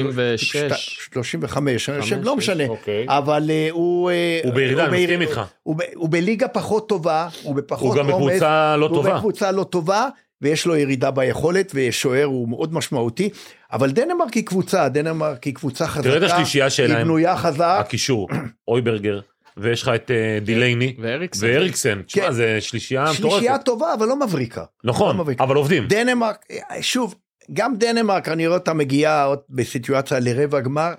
36. 35, אני חושב, לא משנה, אבל הוא... הוא בירידה, אני מסכים איתך. הוא בליגה פחות טובה, הוא בפחות הוא גם בקבוצה לא טובה. הוא בקבוצה לא טובה, ויש לו ירידה ביכולת, ושוער הוא מאוד משמעותי, אבל דנמרק היא קבוצה, דנמרק היא קבוצה חזקה, תראה את השלישייה שלהם, היא בנויה חזק, הקישור, אויברגר, ויש לך את דילייני, ואריקסן, תשמע, זה שלישייה טובה, אבל לא מבריקה. נכון, אבל עובדים. דנמרק, שוב, גם דנמרק, אני רואה אותה מגיעה עוד בסיטואציה לרבע גמר,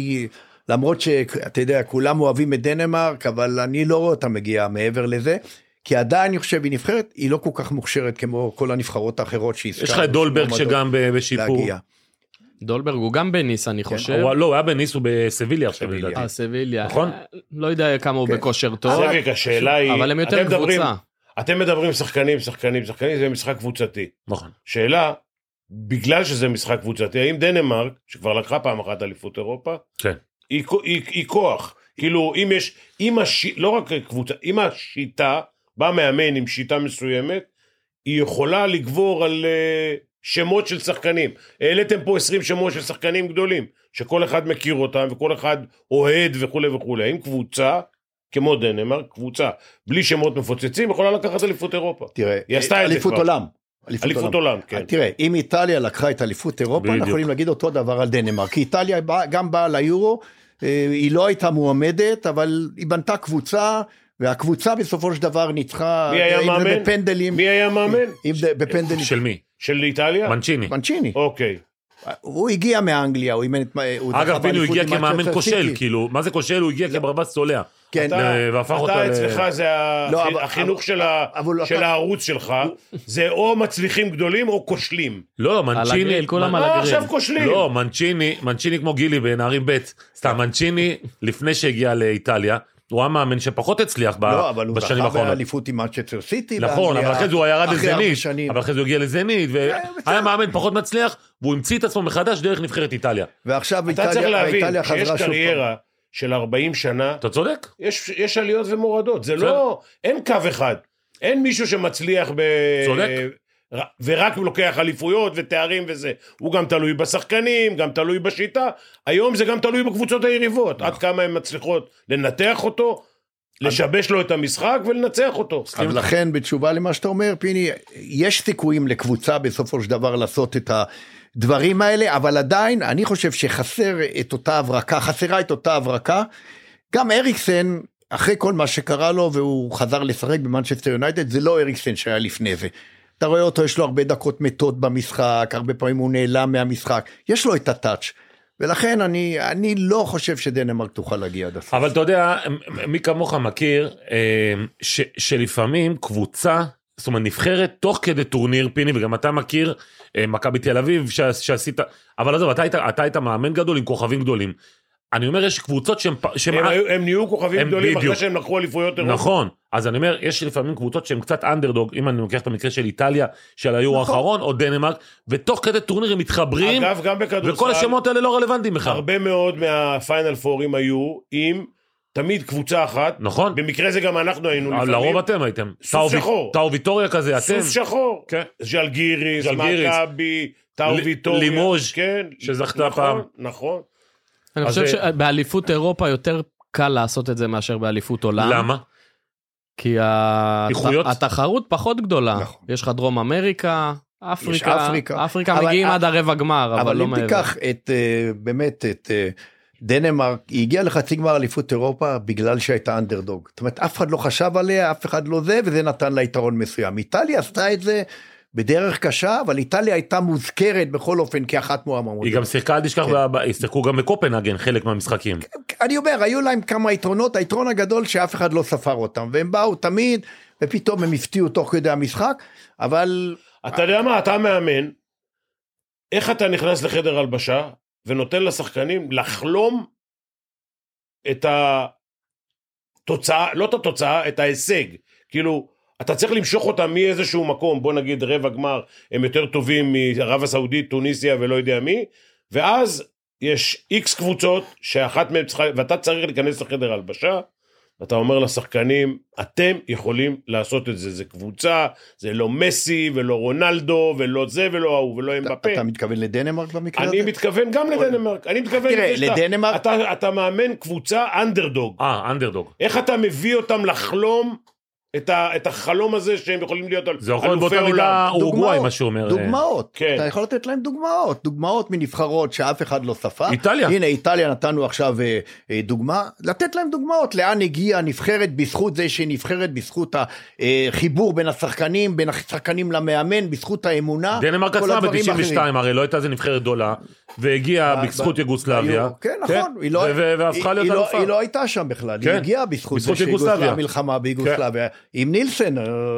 למרות שאתה יודע, כולם אוהבים את דנמרק, אבל אני לא רואה אותה מגיעה מעבר לזה, כי עדיין אני חושב, היא נבחרת, היא לא כל כך מוכשרת כמו כל הנבחרות האחרות שהזכרנו. יש לך את דולברג שגם בשיפור. דולברג הוא גם בניס, אני חושב. לא, הוא היה בניס, הוא בסביליה. סביליה. נכון? לא יודע כמה הוא בכושר טוב. השאלה היא, אבל הם יותר קבוצה. אתם מדברים שחקנים, זה משחק קבוצתי. נכון. שאלה, בגלל שזה משחק קבוצתי, האם דנמרק, שכבר לקחה פעם אחת אליפות אירופה, היא כוח. כאילו, לא רק קבוצה, אם השיטה, בא מאמן עם שיטה מסוימת, היא יכולה לגבור על שמות של שחקנים. העליתם פה 20 שמות של שחקנים גדולים, שכל אחד מכיר אותם, וכל אחד אוהד וכו' וכו'. אם קבוצה, כמו דנמרק, קבוצה, בלי שמות מפוצצים, יכולה לקחת אליפות אירופה. תראה, אליפות עולם. אליפות עולם, כן. תראה, אם איטליה לקחה את אליפות אירופה, אנחנו יכולים להגיד אותו דבר על דנמרק, כי איטליה גם באה ליורו, היא לא הייתה מועמדת, אבל היא בנתה קבוצה, והקבוצה בסופו של דבר ניצחה, מי היה מאמן? בפנדלים. מי היה מאמן? בפנדלים. של מי? של איטליה? מנצ'יני. אוקיי. הוא הגיע מאנגליה, הוא אימן... אגב, פינו הוא הגיע כמאמן כושל, כאילו, מה זה כושל? הוא הגיע כברבס צולע. כן. אתה אצלך זה החינוך של הערוץ שלך, זה או מצליחים גדולים או כושלים. לא, מנצ'יני... עכשיו כושלים. לא, מנצ'יני כמו גילי בנערים ב', סתם, מנצ'יני, לפני שהגיע לאיטליה, הוא המאמן שפחות הצליח בשנים האחרונות. אבל הוא זכה באליפות עם מנצ'סטר סיטי. נכון, אבל אחרי זה הוא ירד לזנית, אבל אחרי זה הוא הגיע לזנית, והיה מאמן פחות מצליח, והוא המציא את עצמו מחדש דרך נבחרת איטליה. ועכשיו אתה צריך להבין, שיש קריירה של 40 שנה, אתה צודק? יש עליות ומורדות, זה לא, אין קו אחד, אין מישהו שמצליח צודק. ורק לוקח אליפויות ותארים וזה, הוא גם תלוי בשחקנים, גם תלוי בשיטה, היום זה גם תלוי בקבוצות היריבות, עד כמה הן מצליחות לנתח אותו, לשבש לו את המשחק ולנצח אותו. אז לכן בתשובה למה שאתה אומר, פיני, יש סיכויים לקבוצה בסופו של דבר לעשות את הדברים האלה, אבל עדיין אני חושב שחסרה את אותה הברקה, גם אריקסן, אחרי כל מה שקרה לו והוא חזר לשחק במנצ'סטר יונייטד, זה לא אריקסן שהיה לפני זה. אתה רואה אותו, יש לו הרבה דקות מתות במשחק, הרבה פעמים הוא נעלם מהמשחק, יש לו את הטאץ', ולכן אני לא חושב שדנמרק תוכל להגיע עד הסוף. אבל אתה יודע, מי כמוך מכיר, שלפעמים קבוצה, זאת אומרת נבחרת, תוך כדי טורניר פיני, וגם אתה מכיר, מכבי תל אביב שעשית, אבל עזוב, אתה היית מאמן גדול עם כוכבים גדולים, אני אומר, יש קבוצות הם נהיו כוכבים גדולים אחרי שהם לקחו אליפויות אירופה. נכון, אז אני אומר, יש לפעמים קבוצות שהן קצת אנדרדוג, אם אני לוקח את המקרה של איטליה, של היורו האחרון, או דנמרק, ותוך כדי טורנירים מתחברים, אגב, גם בכדורסל, וכל השמות האלה לא רלוונטיים בכלל. הרבה מאוד מהפיינל פורים היו עם תמיד קבוצה אחת. נכון. במקרה זה גם אנחנו היינו לפעמים. לרוב אתם הייתם. סוס שחור. טאו ויטוריה כזה, אתם. סוס שחור. כן. ז'לגיריס, מכבי, טאו ויטוריה. לימוז' כן. שזכתה פעם. נכון. אני חושב שבאליפות אירופה יותר קל לעשות את זה מאשר באליפות עולם. למה? כי התחרות פחות גדולה. יש לך דרום אמריקה, אפריקה מגיעים עד הרבע גמר, אבל לא מעבר. אבל אם תיקח באמת את דנמרק, היא הגיעה לחצי גמר אליפות אירופה בגלל שהייתה אנדרדוג. זאת אומרת, אף אחד לא חשב עליה, אף אחד לא זה, וזה נתן לה יתרון מסוים. איטליה עשתה את זה בדרך קשה, אבל איטליה הייתה מוזכרת בכל אופן כאחת מועמדות. היא גם שיחקה, אל תשכח, שיחקו גם בקופנהגן חלק מהמשחקים. אני אומר, היו להם כמה יתרונות, היתרון הגדול שאף אחד לא ספר אותם, והם באו תמיד, ופתאום הם הפתיעו תוך כדי המשחק, אבל... אתה יודע מה, אתה מאמן, איך אתה נכנס לחדר הלבשה, ונותן לשחקנים לחלום את התוצאה, לא את התוצאה, את ההישג, כאילו, אתה צריך למשוך אותם מאיזשהו מקום, בוא נגיד רבע גמר, הם יותר טובים מערב הסעודית, טוניסיה ולא יודע מי, ואז יש איקס קבוצות, שאחת מהן צריכה, ואתה צריך להיכנס לחדר הלבשה, ואתה אומר לשחקנים, אתם יכולים לעשות את זה, זה קבוצה, זה לא מסי ולא רונלדו, ולא זה ולא ההוא, ולא אמבפה. אתה מתכוון לדנמרק במקרה הזה? אני מתכוון גם לדנמרק, אני מתכוון לדנמרק. אתה מאמן קבוצה אנדרדוג. אנדרדוג. איך אתה מביא אותם לחלום את החלום הזה שהם יכולים להיות אלופי עולם. זה יכול באותה מידה אורוגוואי מה שהוא אומר. דוגמאות, אתה יכול לתת להם דוגמאות מנבחרות שאף אחד לא ספר. איטליה. הנה איטליה נתנו עכשיו דוגמה, לתת להם דוגמאות, לאן הגיעה נבחרת בזכות זה שהיא נבחרת, בזכות החיבור בין השחקנים למאמן, בזכות האמונה. דנמרק עצמה ב-92 הרי לא הייתה זה נבחרת גדולה, והגיעה בזכות יוגוסלביה. כן, נכון. והפכה להיות אלופה. היא לא הייתה שם בכלל, היא הגיעה בזכות המלחמה ביוגוסלביה. עם נילסן,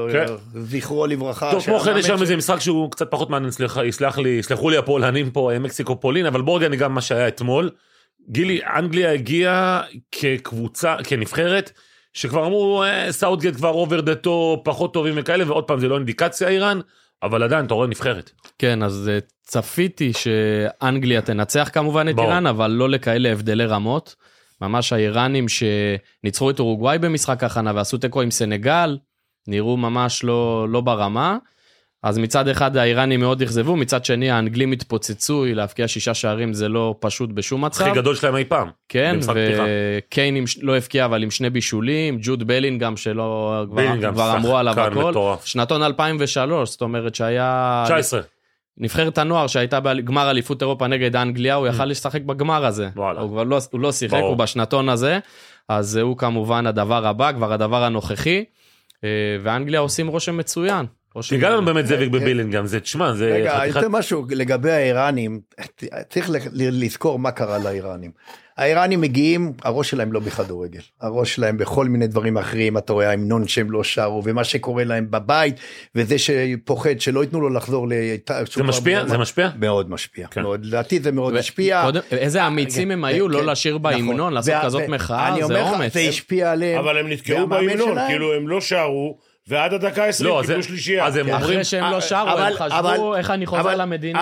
זכרו לברכה. טוב, כמו כן יש שם איזה משחק שהוא קצת פחות מעניין, יסלחו לי הפולנים פה, מקסיקו פולין, אבל בוא רגע גם מה שהיה אתמול. גילי, אנגליה הגיעה כקבוצה, כנבחרת, שכבר אמרו, סאוטגייט כבר אובר דה טופ, פחות טובים וכאלה, ועוד פעם זה לא אינדיקציה איראן, אבל עדיין אתה רואה נבחרת. כן, אז צפיתי שאנגליה תנצח כמובן את איראן, אבל לא לכאלה הבדלי רמות. ממש האיראנים שניצחו את אורוגוואי במשחק הכנה ועשו תיקו עם סנגל, נראו ממש לא ברמה. אז מצד אחד האיראנים מאוד יחזבו, מצד שני האנגלים התפוצצו, להפקיע 6 שערים זה לא פשוט בשום מצב. הכי גדול שלהם אי פעם. כן, וקיין לא הפקיע אבל עם 2 בישולים, ג'וד בלינגהם שלא כבר אמרו עליו הכל. שנתון 2003, זאת אומרת שהיה... 19. נבחרת הנוער שהייתה בגמר אליפות אירופה נגד אנגליה, הוא יכל לשחק בגמר הזה. הוא לא שיחק, הוא בשנתון הזה, אז הוא כמובן הדבר הבא, כבר הדבר הנוכחי, ואנגליה עושים רושם מצוין. הגענו באמת זאביק בבילינגהם, זה תשמע, זה... רגע, יותר משהו לגבי האיראנים, צריך לזכור מה קרה לאיראנים. האיראנים מגיעים, הראש שלהם לא בכדורגל, הראש שלהם בכל מיני דברים אחרים, אתה רואה ההמנון שהם לא שרו, ומה שקורה להם בבית, וזה שפוחד שלא ייתנו לו לחזור זה משפיע? זה משפיע? מאוד משפיע, לדעתי זה מאוד משפיע. איזה אמיצים הם היו, לא לשיר בהמנון, לעשות כזאת מחאה, זה אומץ. זה השפיע עליהם. אבל הם נתקעו בהמנון, כאילו הם לא שרו, ועד הדקה 20 קיבלו שלישייה. אחרי שהם לא שרו, הם חשבו איך אני חוזר למדינה.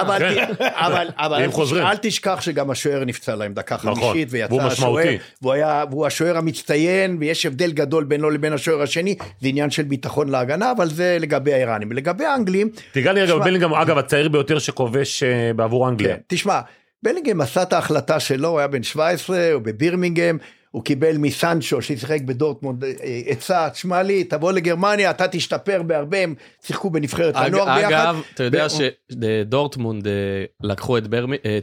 אבל אל תשכח שגם השוער נפצע להם דקה 50, ויצא השוער, והוא השוער המצטיין, ויש הבדל גדול בינו לבין השוער השני, זה עניין של ביטחון להגנה, אבל זה לגבי האיראנים. לגבי האנגלים... תיגע לי רגע, בלינגהם, אגב, הצעיר ביותר שכובש בעבור אנגליה. תשמע, בלינגהם עשה את ההחלטה שלו, הוא היה בן 17, הוא בבירמינגהם, הוא קיבל מסנצ'ו ששיחק בדורטמונד עצה, תשמע לי, תבוא לגרמניה, אתה תשתפר בהרבה, הם שיחקו בנבחרת הנוער ביחד. אגב, אתה יודע שדורטמונד לקחו את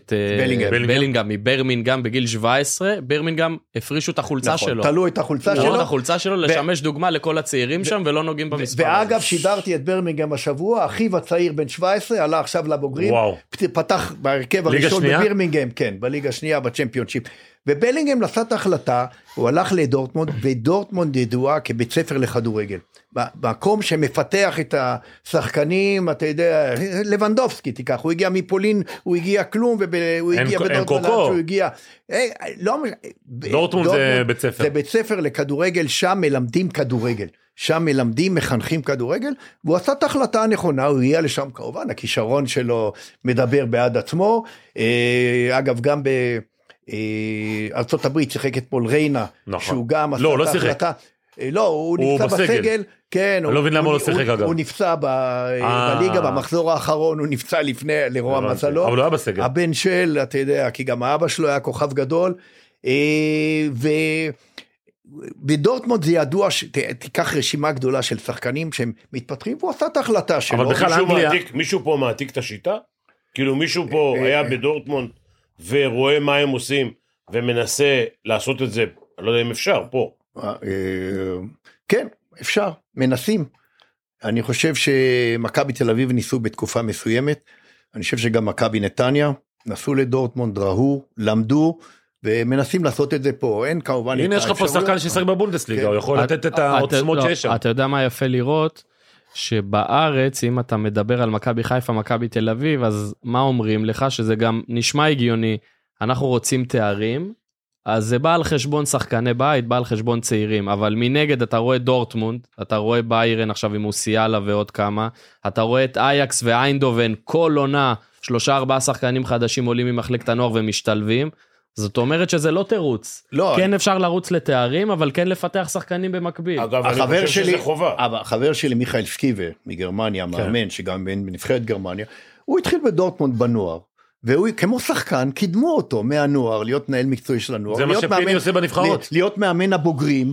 בלינגהם מברמינגהם בגיל 17, ברמינגהם הפרישו את החולצה שלו. תלו את החולצה שלו. את החולצה שלו לשמש דוגמה לכל הצעירים שם ולא נוגעים במספר. ואגב, שידרתי את ברמינגהם השבוע, אחיו הצעיר בן 17, עלה עכשיו לבוגרים, פתח בהרכב הראשון בברמינגהם, כן, בליגה השנייה, בצ'מפיונשיפ. ובלינגהם עשה את ההחלטה, הוא הלך לדורטמונד, ודורטמונד ידועה כבית ספר לכדורגל. במקום שמפתח את השחקנים, אתה יודע, לבנדובסקי תיקח, הוא הגיע מפולין, הוא הגיע כלום, והוא הגיע בדורטמונד, שהוא הגיע... דורטמונד זה בית ספר. זה בית ספר לכדורגל, שם מלמדים כדורגל. שם מלמדים, מחנכים כדורגל, והוא עשה את ההחלטה הנכונה, הוא הגיע לשם כמובן, הכישרון שלו מדבר בעד עצמו, אגב גם ארצות הברית שיחק אתמול ריינה, נכון. שהוא גם לא שיחק. לא, הוא נפצע בסגל, כן, אני לא מבין למה הוא לא שיחק אגב. הוא נפצע בליגה, במחזור האחרון הוא נפצע לפני, לרוע מזלו. אבל הוא היה בסגל. הבן של, אתה יודע, כי גם האבא שלו היה כוכב גדול, ובדורטמונד זה ידוע, תיקח רשימה גדולה של שחקנים שהם מתפתחים, והוא עשה את ההחלטה שלו. אבל בכלל אנגליה... מישהו פה מעתיק את השיטה? כאילו מישהו פה היה בדורטמונד, ורואה מה הם עושים, ומנסה לעשות את זה, אני לא יודע אם אפשר, פה. כן, אפשר, מנסים. אני חושב שמכבי תל אביב ניסו בתקופה מסוימת, אני חושב שגם מכבי נתניה, נסו לדורטמונד, ראו, למדו, ומנסים לעשות את זה פה, אין כמובן... הנה יש לך פה שחקן שישחק בבונדסליגה, הוא יכול לתת את העוצמות שיש שם. אתה יודע מה יפה לראות? שבארץ, אם אתה מדבר על מכבי חיפה, מכבי תל אביב, אז מה אומרים לך? שזה גם נשמע הגיוני, אנחנו רוצים תארים, אז זה בא על חשבון שחקני בית, בא על חשבון צעירים, אבל מנגד אתה רואה דורטמונד, אתה רואה ביירן עכשיו עם מוסיאלה ועוד כמה, אתה רואה את אייקס ואיינדובן, כל עונה, 3-4 שחקנים חדשים עולים ממחלקת הנוער ומשתלבים, זאת אומרת שזה לא תירוץ. לא, כן אפשר לרוץ לתארים, אבל כן לפתח שחקנים במקביל. אגב, אני חושב שזה חובה. החבר שלי מיכאל סקיבה מגרמניה, מאמן, שגם בנבחרת גרמניה, הוא התחיל בדורטמונד בנוער, והוא כמו שחקן, קידמו אותו מהנוער, להיות מנהל מקצועי של הנוער. זה מה שפיני עושה בנבחרות. להיות מאמן הבוגרים,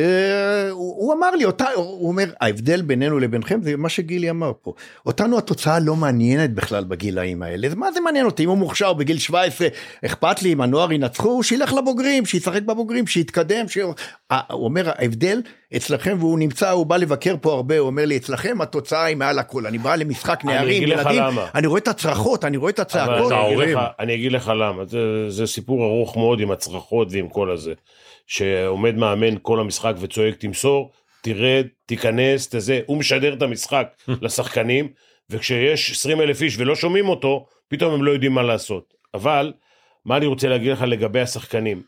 והוא אמר לי, הוא אומר, ההבדל בינינו לבינכם, זה מה שגילי אמר פה. אותנו התוצאה לא מעניינת בכלל בגילאים האלה. מה זה מעניין אותי? אם הוא מוכשר בגיל 17, אכפת לי אם הנוער ינצחו, שילך לבוגרים, שישחק בבוגרים, שיתקדם. הוא אומר, ההבדל אצלכם, והוא נמצא, הוא בא לבקר פה הרבה, הוא אומר לי, אצלכם התוצאה היא מעל הכל. אני בא למשחק נערים, ילדים, אני רואה את הצרחות, אני רואה את הצעקות. אני אגיד לך למה. זה סיפור ארוך מאוד עם הצרחות ועם כל הזה. שעומד מאמן כל המשחק וצועק תמסור, תרד, תיכנס, תזה, הוא משדר את המשחק לשחקנים, וכשיש 20,000 איש ולא שומעים אותו, פתאום הם לא יודעים מה לעשות. אבל, מה אני רוצה להגיד לך לגבי השחקנים?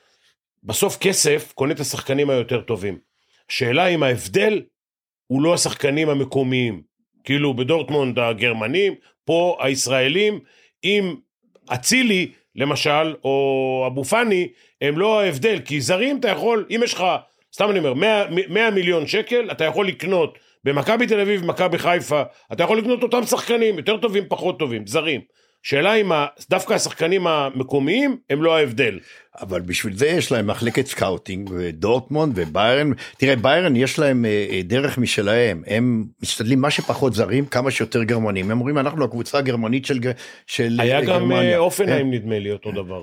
בסוף כסף קונה את השחקנים היותר טובים. השאלה אם ההבדל הוא לא השחקנים המקומיים, כאילו בדורטמונד הגרמנים, פה הישראלים, אם אצילי, למשל, או אבו פני, הם לא ההבדל, כי זרים אתה יכול, אם יש לך, סתם אני אומר, 100 מיליון שקל, אתה יכול לקנות, במכבי תל אביב, מכבי חיפה, אתה יכול לקנות אותם שחקנים, יותר טובים, פחות טובים, זרים. שאלה אם דווקא השחקנים המקומיים, הם לא ההבדל. אבל בשביל זה יש להם מחלקת סקאוטינג, ודורטמונד וביירן, תראה, ביירן יש להם דרך משלהם, הם משתדלים מה שפחות זרים, כמה שיותר גרמנים, הם אומרים, אנחנו הקבוצה הגרמנית של היה גרמניה. גם אופנהיים נדמה לי אותו דבר.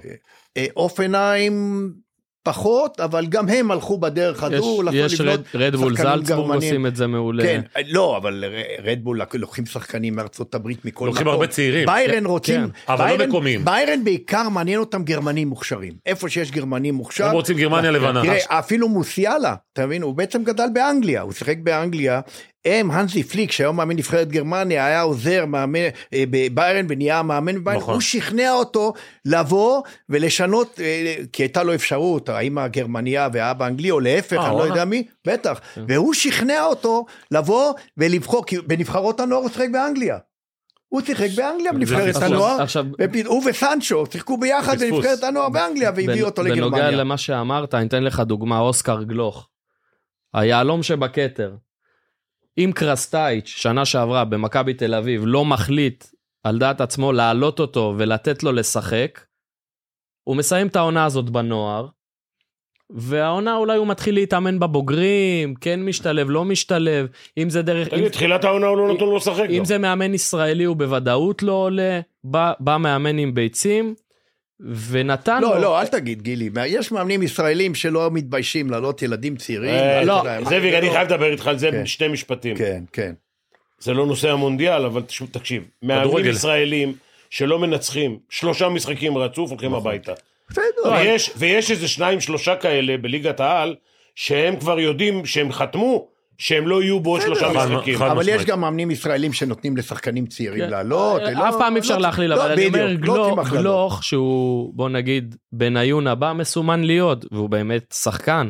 אופנהיים פחות, אבל גם הם הלכו בדרך הזו. יש רדבול זלצבורג עושים את זה מעולה. כן, לא, אבל רדבול לוקחים שחקנים מארצות הברית מכל מקום. לוקחים הרבה צעירים. ביירן רוצים, אבל לא מקומיים. ביירן בעיקר מעניין אותם גרמנים מוכשרים. איפה שיש גרמנים מוכשר. הם רוצים גרמניה לבנה. תראה, אפילו מוסיאלה, אתה מבין, הוא בעצם גדל באנגליה, הוא שיחק באנגליה, הנזי פליק, שהיום מאמן נבחרת גרמניה, היה עוזר בביירן ונהיה מאמן בביירן, הוא שכנע אותו לבוא ולשנות, כי הייתה לו אפשרות, האמא הגרמניה והאבא האנגלי, או להפך, אני לא יודע מי, בטח, והוא שכנע אותו לבוא ולבחור, כי בנבחרות הנוער הוא שיחק באנגליה. הוא שיחק באנגליה בנבחרת הנוער, הוא וסנצ'ו שיחקו ביחד בנבחרת הנוער באנגליה, והביא אותו לגרמניה. בנוגע למה שאמרת, אני אתן לך דוגמה, אוסקר גלוך, היעלום שבכתר, אם קרסטייץ' שנה שעברה במכבי תל אביב לא מחליט על דעת עצמו להעלות אותו ולתת לו לשחק, הוא מסיים את העונה הזאת בנוער, והעונה אולי הוא מתחיל להתאמן בבוגרים, כן משתלב, לא משתלב, אם זה דרך... תחילת העונה הוא לא נותן לו לשחק. אם זה מאמן ישראלי הוא בוודאות לא עולה, בא מאמן עם ביצים, ונתן לו... לא, אל תגיד גילי, יש מאמנים ישראלים שלא מתביישים לעלות ילדים צעירים. זאביק, אני חייב לדבר איתך על זה בשני משפטים. כן, כן. זה לא נושא המונדיאל, אבל תקשיב, מאמנים ישראלים שלא מנצחים 3 משחקים רצוף, הולכים הביתה. ויש איזה 2-3 כאלה בליגת העל, שהם כבר יודעים שהם חתמו, שהם לא יהיו בעוד 3 משחקים. אבל יש גם מאמנים ישראלים שנותנים לשחקנים צעירים לעלות. אף פעם אפשר להכליל, אבל אני אומר גלוך, שהוא בוא נגיד בניון הבא מסומן להיות, והוא באמת שחקן.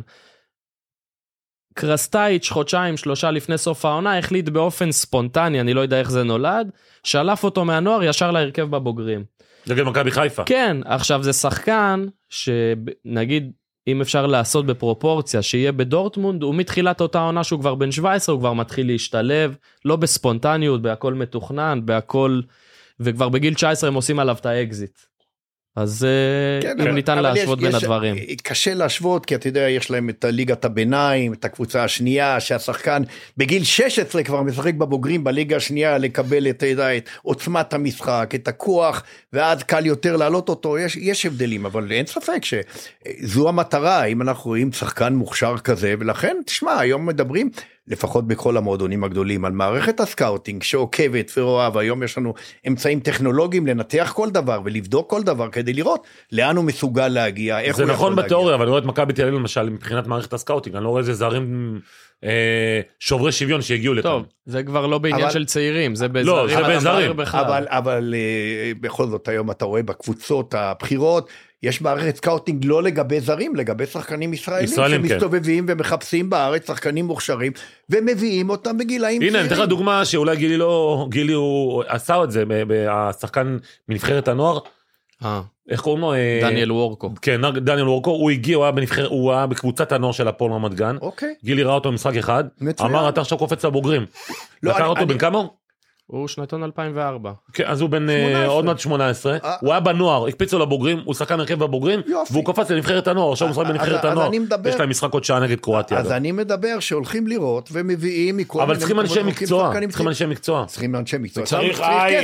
קרסטייץ' 2-3 לפני סוף העונה, החליט באופן ספונטני, אני לא יודע איך זה נולד, שלף אותו מהנוער ישר להרכב בבוגרים. נגד מכבי חיפה. כן, עכשיו זה שחקן שנגיד, אם אפשר לעשות בפרופורציה, שיהיה בדורטמונד, הוא מתחילת אותה עונה שהוא כבר בן 17, הוא כבר מתחיל להשתלב, לא בספונטניות, בהכל מתוכנן, בהכל, וכבר בגיל 19 הם עושים עליו את האקזיט. אז כן, אם ניתן להשוות בין הדברים. קשה להשוות, כי אתה יודע, יש להם את ליגת הביניים, את הקבוצה השנייה, שהשחקן בגיל 16 כבר משחק בבוגרים בליגה השנייה, לקבל את עוצמת המשחק, את הכוח, ואז קל יותר לעלות אותו, יש הבדלים, אבל אין ספק שזו המטרה, אם אנחנו רואים שחקן מוכשר כזה, ולכן, תשמע, היום מדברים, לפחות בכל המועדונים הגדולים, על מערכת הסקאוטינג שעוקבת ורואה, והיום יש לנו אמצעים טכנולוגיים לנתח כל דבר ולבדוק כל דבר כדי לראות לאן הוא מסוגל להגיע, איך הוא יכול להגיע. זה נכון בתיאוריה, אבל אני רואה את מכבי תל אביב למשל מבחינת מערכת הסקאוטינג, אני לא רואה איזה זרים שוברי שוויון שהגיעו לכאן. טוב, זה כבר לא בעניין של צעירים, זה לא, זה בזרים. אבל בכל זאת היום אתה רואה בקבוצות הבחירות, יש מערכת סקאוטינג לא לגבי זרים, לגבי שחקנים ישראלים שמסתובבים ומחפשים בארץ שחקנים מוכשרים, ומביאים אותם בגילאים צעירים. הנה, אני אתן לך דוגמה שאולי גילי הוא עשה את זה, השחקן מנבחרת הנוער, איך קוראים לו? דניאל וורקו. כן, דניאל וורקו, הוא הגיע, הוא היה בקבוצת הנוער של הפועל רמת גן, גילי ראה אותו במשחק אחד, אמר, אתה עכשיו קופץ לבוגרים, לקח אותו בן כמה? הוא שנתון 2004. כן, אז הוא בן עוד מעט 18, הוא היה בנוער, הקפיצו לבוגרים, הוא שחקן הרכב בבוגרים, והוא קופץ לנבחרת הנוער, עכשיו הוא משחק בנבחרת הנוער, יש להם משחק עוד שעה נגד קרואטיה. אז אני מדבר שהולכים לראות ומביאים מכל אבל צריכים אנשי מקצוע, צריכים אנשי מקצוע. צריך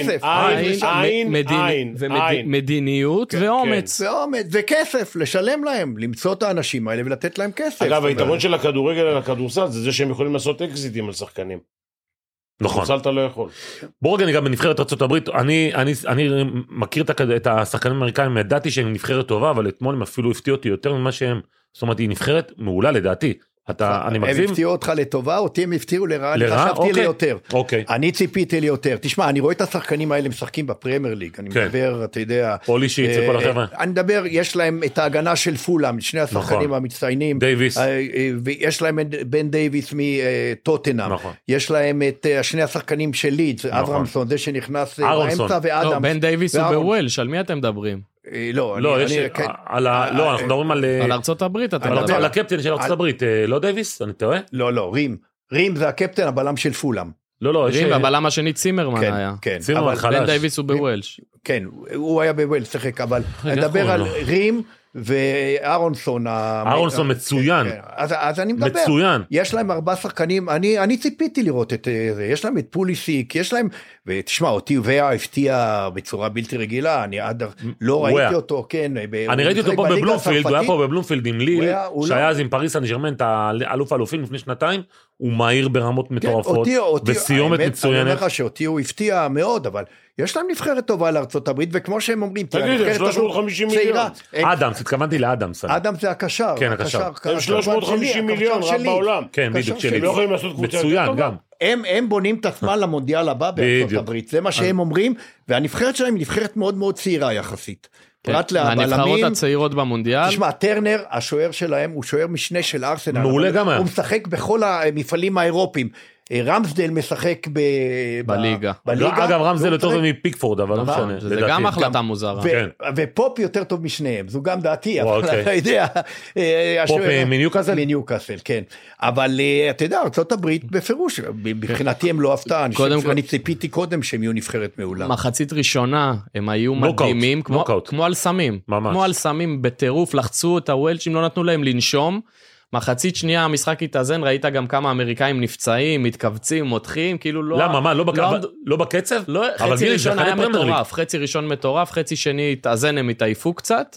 עין, ומדיניות ואומץ. וכסף, לשלם להם, למצוא את האנשים האלה ולתת להם כסף. אגב, היתרון של הכדורגל על הכדורסל, זה שהם יכולים לעשות אקזיטים על שחקנים. נכון. כדורסל אתה לא יכול. בוא רגע ניגע בנבחרת ארצות הברית, אני מכיר את השחקנים האמריקאים, ידעתי שהם נבחרת טובה, אבל אתמול הם אפילו הפתיעו אותי יותר ממה שהם, זאת אומרת, היא נבחרת מעולה לדעתי. אני מגזים? הם הפתיעו אותך לטובה, אותי הם הפתיעו לרעה, אני חשבתי ליותר. אני ציפיתי ליותר. תשמע, אני רואה את השחקנים האלה משחקים בפרמייר ליג, אני מדבר, אתה יודע, פולי שיט וכל החבר'ה. אני מדבר, יש להם את ההגנה של פולאם, שני השחקנים המצטיינים, דייביס. ויש להם בן דייביס מטוטנהאם, יש להם את שני השחקנים של לידס, אברמסון, זה שנכנס באמצע, ואדמס. בן דייביס הוא בוולש, על מי אתם מדברים? לא, אנחנו מדברים על ארצות הברית, על הקפטן של ארצות הברית, לא דייביס, אני טועה? לא, רים זה הקפטן, הבלם של פולאם. רים, הבלם השני צימרמן היה. צימרמן חלש. בן דייביס הוא בוולש. כן, הוא היה בוולש, שחק, אבל נדבר על רים, וארונסון מצוין, אז אני מדבר, יש להם 4 שחקנים, אני ציפיתי לראות את זה, יש להם את פוליסיק, יש להם, ותשמע, אותי ויה הפתיע בצורה בלתי רגילה, אני עד לא ראיתי אותו, כן, אני ראיתי אותו פה בבלומפילד, הוא היה פה בבלומפילד עם ליל, שהיה אז עם פריס סן ז'רמן, אלוף האלופים לפני 2 הוא מהיר ברמות מטורפות, וסיומת מצוינת. אני אומר לך שאותי הוא הפתיע מאוד, אבל יש להם נבחרת טובה לארצות הברית, וכמו שהם אומרים, תגיד, 350 מיליון. אדמס, התכוונתי לאדמס. אדמס זה הקשר. כן, הקשר. 350 מיליון, רק בעולם. כן, בדיוק שלי. הם לא יכולים לעשות קבוצה יותר טובה. הם בונים את עצמם למונדיאל הבא בארצות הברית, זה מה שהם אומרים, והנבחרת שלהם היא נבחרת מאוד מאוד צעירה יחסית. הנבחרות הצעירות במונדיאל. תשמע, טרנר, השוער שלהם, הוא שוער משנה של ארסנל. מעולה גם היה. הוא משחק בכל המפעלים האירופיים. רמסדל משחק בליגה. אגב, רמסדל יותר טוב מפיקפורד, אבל לא משנה. זה גם החלטה מוזרה. ופופ יותר טוב משניהם, זו גם דעתי, אבל אתה יודע. פופ מניוקאסל? מניוקאסל, כן. אבל אתה יודע, ארצות הברית בפירוש, מבחינתי הם לא הפתעה, אני ציפיתי קודם שהם יהיו נבחרת מעולה. מחצית ראשונה, הם היו מדהימים, כמו על סמים. כמו על סמים בטירוף, לחצו את הוולשים, לא נתנו להם לנשום. מחצית שנייה המשחק התאזן, ראית גם כמה אמריקאים נפצעים, מתכווצים, מותחים, כאילו לא... למה, מה, לא בקצב? לא, חצי ראשון היה מטורף, חצי ראשון מטורף, חצי שני התאזן, הם התעייפו קצת,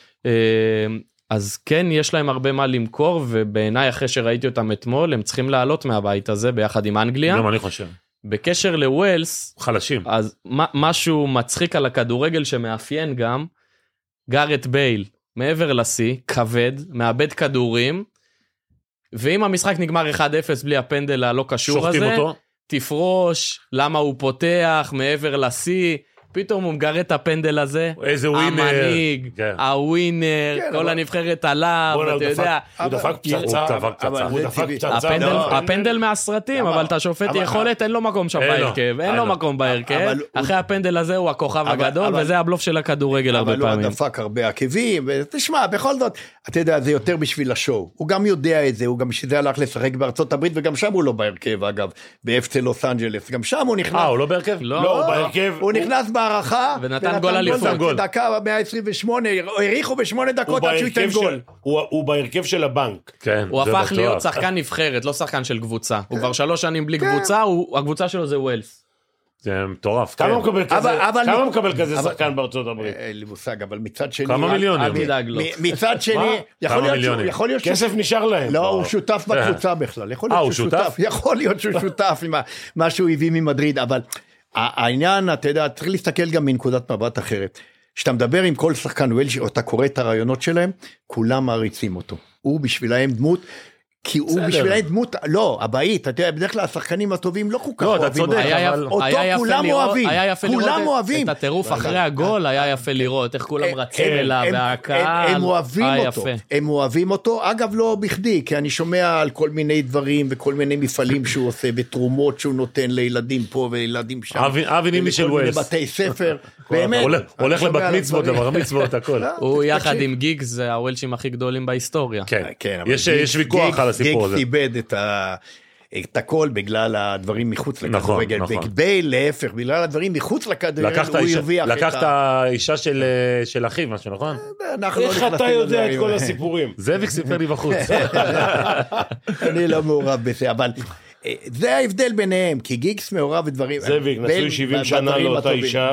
אז כן, יש להם הרבה מה למכור, ובעיניי אחרי שראיתי אותם אתמול, הם צריכים לעלות מהבית הזה, ביחד עם אנגליה. גם אני חושב. בקשר לווילס, חלשים. אז משהו מצחיק על הכדורגל שמאפיין גם, גארט בייל, מעבר לשיא, כבד, מאבד כדורים, ואם המשחק נגמר 1-0 בלי הפנדל הלא קשור הזה, תפרוש, למה הוא פותח, מעבר לשיא, פתאום הוא מגרד את הפנדל הזה, איזה ווינר. המנהיג, כן. הווינר, כל הנבחרת עליו, אתה יודע. הוא דפק פצצה. הוא דפק פצצה. הפנדל מהסרטים, אבל אתה שופט יכולת, אין לו מקום שם בהרכב, אין לו מקום בהרכב. אחרי הפנדל הזה הוא הכוכב הגדול, וזה הבלוף של הכדורגל הרבה פעמים. אבל הוא דפק הרבה עקבים, ותשמע, בכל זאת, אתה יודע, זה יותר בשביל השואו. הוא גם יודע את זה, הוא גם שזה הלך לשחק בארצות הברית, וגם שם הוא לא בהרכב, אגב, באפצה לוס אנג'לס, גם שם הוא נכנס. הוא לא בהרכב? לא, הוא בהרכב. הוא נכנס בהערכה, ונתן גול אליפות. דקה 128, האריכו ב8 דקות עד שהוא ייתן גול. הוא בהרכב של הבנק. הוא הפך להיות שחקן נבחרת, לא שחקן של קבוצה. הוא כבר 3 שנים בלי קבוצה, הקבוצה שלו זה ווילס. זה מטורף. כמה מקבל כזה שחקן בארצות הברית? אין לי מושג, אבל מצד שני... כמה מיליונים? מצד שני, יכול להיות... כסף נשאר להם. לא, הוא שותף בקבוצה בכלל. הוא שותף? יכול להיות שהוא שותף עם מה שהוא הביא ממדריד, אבל העניין, אתה יודע, צריך להסתכל גם מנקודת מבט אחרת. כשאתה מדבר עם כל שחקן וולשי, או אתה קורא את הרעיונות שלהם, כולם מעריצים אותו. הוא בשבילהם דמות... כי הוא בשבילה דמות, לא, הבאית, אתה יודע, בדרך כלל השחקנים הטובים לא כל כך אוהבים. אותו כולם אוהבים, כולם אוהבים. את הטירוף אחרי הגול היה יפה לראות, איך כולם רצים אליו, והקהל, הם אוהבים אותו, הם אוהבים אותו, אגב לא בכדי, כי אני שומע על כל מיני דברים, וכל מיני מפעלים שהוא עושה, ותרומות שהוא נותן לילדים פה, וילדים שם. אבי נימי של ווילס. לבתי ספר, באמת. הולך לבת מצוות, לבר מצוות, הכל. הוא יחד עם גיגס, זה הוולשים הכי גדולים בהיסטוריה. כן, יש ויכוח על הסיפור הזה. גיגס איבד את הכל בגלל הדברים מחוץ לכדורגל, ובייל להפך, בגלל הדברים מחוץ לכדורגל, הוא הרוויח את ה... לקח את האישה של אחיו, משהו, נכון? איך אתה יודע את כל הסיפורים? זאביק סיפר לי בחוץ. אני לא מעורב בזה, אבל... זה ההבדל ביניהם, כי גיגס מעורב בדברים... זאביק, נשוי 70 שנה לאותה אישה,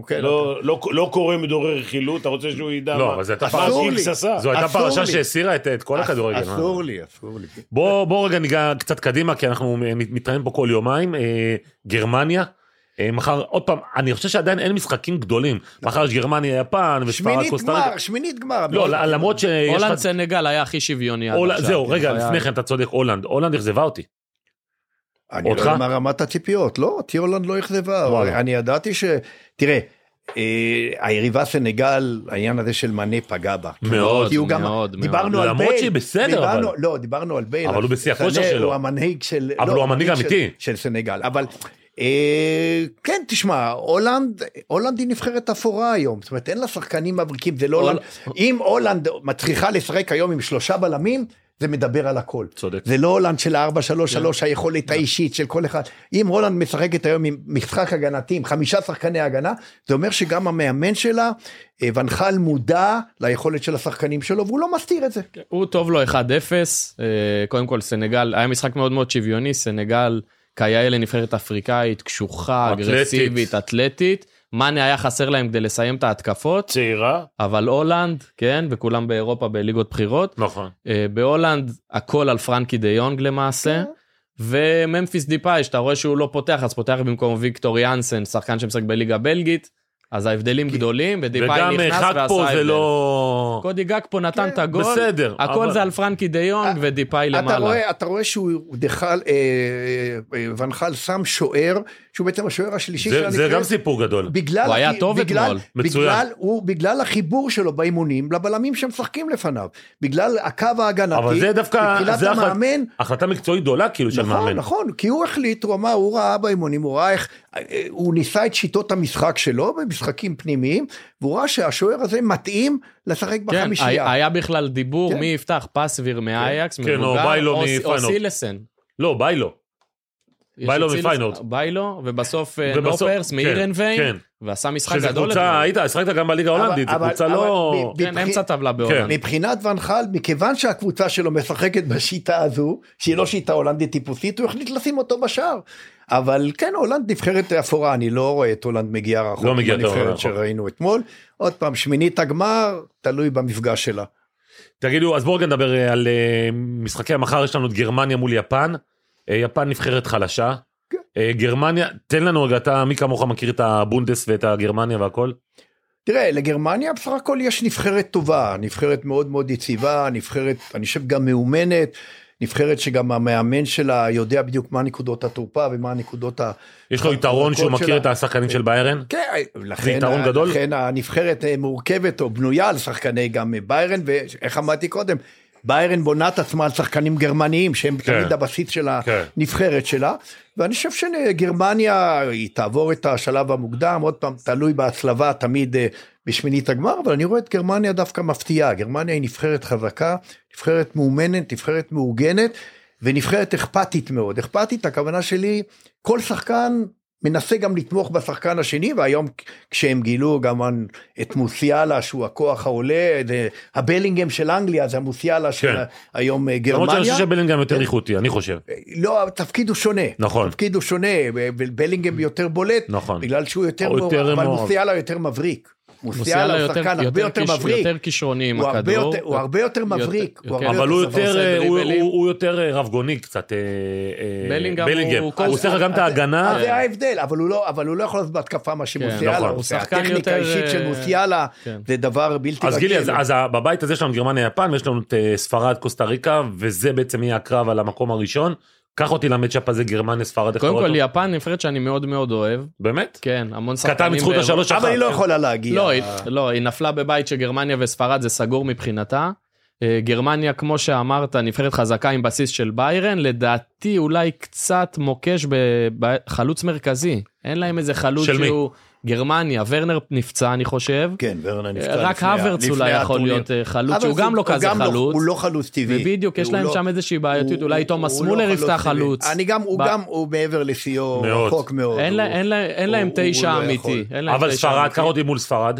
לא קורא מדורי רכילות, אתה רוצה שהוא ידע מה גיגס עשה? זו הייתה פרשה שהסירה את כל הכדורגל. אסור לי. בוא רגע ניגע קצת קדימה, כי אנחנו מתראים פה כל יומיים, גרמניה, מחר, עוד פעם, אני חושב שעדיין אין משחקים גדולים, מחר יש גרמניה, יפן, וספרד, קוסטה-ריקה. שמינית גמר. לא, למרות ש... הולנד סנגל היה הכי שוויוני. זהו, רגע, לפני כן אתה צודק, הולנד אכזבה אותי. אני לא יודע מה רמת הציפיות, לא, אותי הולנד לא אכזבה, אני ידעתי תראה, היריבה סנגל, העניין הזה של מנה פגע בה. מאוד, מאוד. דיברנו על בייל. למרות שהיא בסדר, אבל. לא, דיברנו על בייל. אבל הוא בשיא הכושר שלו. הוא המנהיג של... אבל הוא המנהיג האמיתי. של סנגל, אבל... כן, תשמע, הולנד היא נבחרת אפורה היום, זאת אומרת, אין לה שחקנים מבריקים, זה לא הולנד. אם הולנד מצליחה לשחק היום עם 3 בלמים, זה מדבר על הכל. צודק. זה לא הולנד של 4-3-3, היכולת האישית של כל אחד. אם הולנד משחקת היום עם משחק הגנתי, עם 5 שחקני הגנה, זה אומר שגם המאמן שלה, ונחל מודע ליכולת של השחקנים שלו, והוא לא מסתיר את זה. הוא טוב לו 1-0, קודם כל סנגל, היה משחק מאוד מאוד שוויוני, סנגל כיאה לנבחרת אפריקאית, קשוחה, אגרסיבית, אתלטית, מנה היה חסר להם כדי לסיים את ההתקפות. צעירה. אבל הולנד, כן, וכולם באירופה בליגות בחירות. נכון. בהולנד הכל על פרנקי דה יונג למעשה. וממפיס דיפאי, שאתה רואה שהוא לא פותח, אז פותח במקום ויקטור יאנסן, שחקן שמשחק בליגה בלגית. אז ההבדלים גדולים, ודיפאי נכנס ועשה הבדל. לא... קודי גג פה נתן את הגול. בסדר. הכל זה על פרנקי דה יונג ודיפאי למעלה. אתה רואה שהוא דחל, ונחל שם שוער, שהוא בעצם השוער השלישי של הנבחרת. זה גם סיפור גדול. הוא היה טוב אתמול. בגלל החיבור שלו באימונים, לבלמים שמשחקים לפניו. בגלל הקו ההגנתי. אבל זה דווקא, זה החלטה מקצועית גדולה כאילו של מאמן. נכון, כי הוא החליט, הוא ראה באימונים, הוא ראה איך, הוא ניסה את שיטות המשחק שלו, במשחקים פנימיים, והוא ראה שהשוער הזה מתאים לשחק בחמישייה. היה בכלל דיבור מי יפתח פסביר מאייקס, מבוגר, או סילסן. לא, ביילו מפיינורד. ביילו, ובסוף נופרס מאירנביין, ועשה משחק גדול. שחקת גם בליגה ההולנדית, זה קבוצה לא... כן, אמצע טבלה בהולנד. מבחינת ונחל, מכיוון שהקבוצה שלו משחקת בשיטה הזו, שהיא לא שיטה הולנדית טיפוסית, הוא החליט לשים אותו בשער. אבל כן, הולנד נבחרת אפורה, אני לא רואה את הולנד מגיעה רחוק. לא מגיעה רחוק. שראינו אתמול. עוד פעם, שמינית הגמר, תלוי במפגש שלה. תגידו, אז בואו נדבר על משחקי המחר, יש לנו את גרמניה מול יפן. יפן נבחרת חלשה. גרמניה, תן לנו רגע, אתה מי כמוך מכיר את הבונדס ואת הגרמניה והכל? תראה, לגרמניה בסך הכל יש נבחרת טובה, נבחרת מאוד מאוד יציבה, נבחרת, אני חושב גם מאומנת, נבחרת שגם המאמן שלה יודע בדיוק מה נקודות התורפה ומה נקודות יש לו יתרון שהוא מכיר את השחקנים של ביירן? כן, זה יתרון גדול? לכן הנבחרת מורכבת או בנויה על שחקני גם ביירן, ואיך אמרתי קודם, ביירן בונה את עצמה על שחקנים גרמניים, שהם תמיד הבסיס של הנבחרת שלה, ואני חושב שגרמניה היא תעבור את השלב המוקדם, עוד פעם תלוי בהצלבה תמיד בשמינית הגמר, אבל אני רואה את גרמניה דווקא מפתיעה, גרמניה היא נבחרת חזקה, נבחרת מאומנת, נבחרת מאורגנת, ונבחרת אכפתית מאוד, אכפתית הכוונה שלי, כל שחקן מנסה גם לתמוך בשחקן השני, והיום כשהם גילו גם את מוסיאלה, שהוא הכוח העולה, הבלינגהם של אנגליה, זה המוסיאלה של היום גרמניה. למרות שאני חושב שבלינגהם יותר איכותי, אני חושב. לא, התפקיד הוא שונה. נכון. התפקיד הוא שונה, ובלינגהם יותר בולט, בגלל שהוא יותר מעורב, אבל מוסיאלה יותר מבריק. מוסיאלה הוא שחקן הרבה יותר מבריק, יותר כישרוני עם הכדור, הוא הרבה יותר מבריק, אבל הוא יותר רבגוני קצת, בלינגהם, הוא עושה גם את ההגנה, זה ההבדל, אבל הוא לא יכול לעשות בהתקפה מה שמוסיאלה, הטכניקה האישית של מוסיאלה, זה דבר בלתי רגיל. אז גילי, אז בבית הזה יש לנו גרמניה יפן, ויש לנו את ספרד קוסטה ריקה, וזה בעצם יהיה הקרב על המקום הראשון. קח אותי למצ'אפ הזה, גרמניה, ספרד. קודם כל, יפן נבחרת שאני מאוד מאוד אוהב. באמת? כן, המון שחקנים. קטן מצחות השלוש אחת. אבל היא לא יכולה להגיע. לא, היא נפלה בבית שגרמניה וספרד זה סגור מבחינתה. גרמניה, כמו שאמרת, נבחרת חזקה עם בסיס של ביירן, לדעתי אולי קצת מוקש בחלוץ מרכזי. אין להם איזה חלוץ שהוא... גרמניה, ורנר נפצע אני חושב. כן, ורנר נפצע. רק הוורץ אולי יכול להיות חלוץ, שהוא גם לא כזה חלוץ. הוא לא חלוץ טבעי. ובדיוק, יש להם שם איזושהי בעייתיות, אולי תומאס מולר יפתח חלוץ. הוא מעבר לשיאו רחוק מאוד. אין להם 9 אמיתי. אבל ספרד, קרא אותי מול ספרד.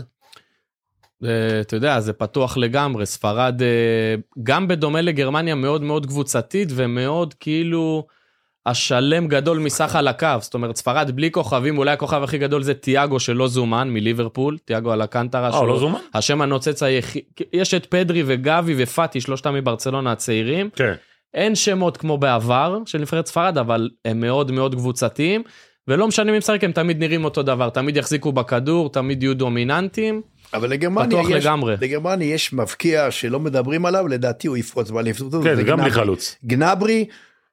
אתה יודע, זה פתוח לגמרי. ספרד, גם בדומה לגרמניה, מאוד מאוד קבוצתית, ומאוד כאילו... השלם גדול מסך על הקו, זאת אומרת, ספרד בלי כוכבים, אולי הכוכב הכי גדול זה תיאגו שלא זומן, מליברפול, תיאגו על הקנטרה, לא זומן? השם הנוצץ היחיד, יש את פדרי וגבי ופאטי, שלושתם מברצלונה הצעירים, כן. אין שמות כמו בעבר של נבחרת ספרד, אבל הם מאוד מאוד קבוצתיים, ולא משנה מי משחק, הם תמיד נראים אותו דבר, תמיד יחזיקו בכדור, תמיד יהיו דומיננטיים, אבל לגרמניה יש מבקיע שלא מדברים עליו, לדעתי הוא יפרוץ באליפות. כן, זה גם בלי חלוץ. גנברי,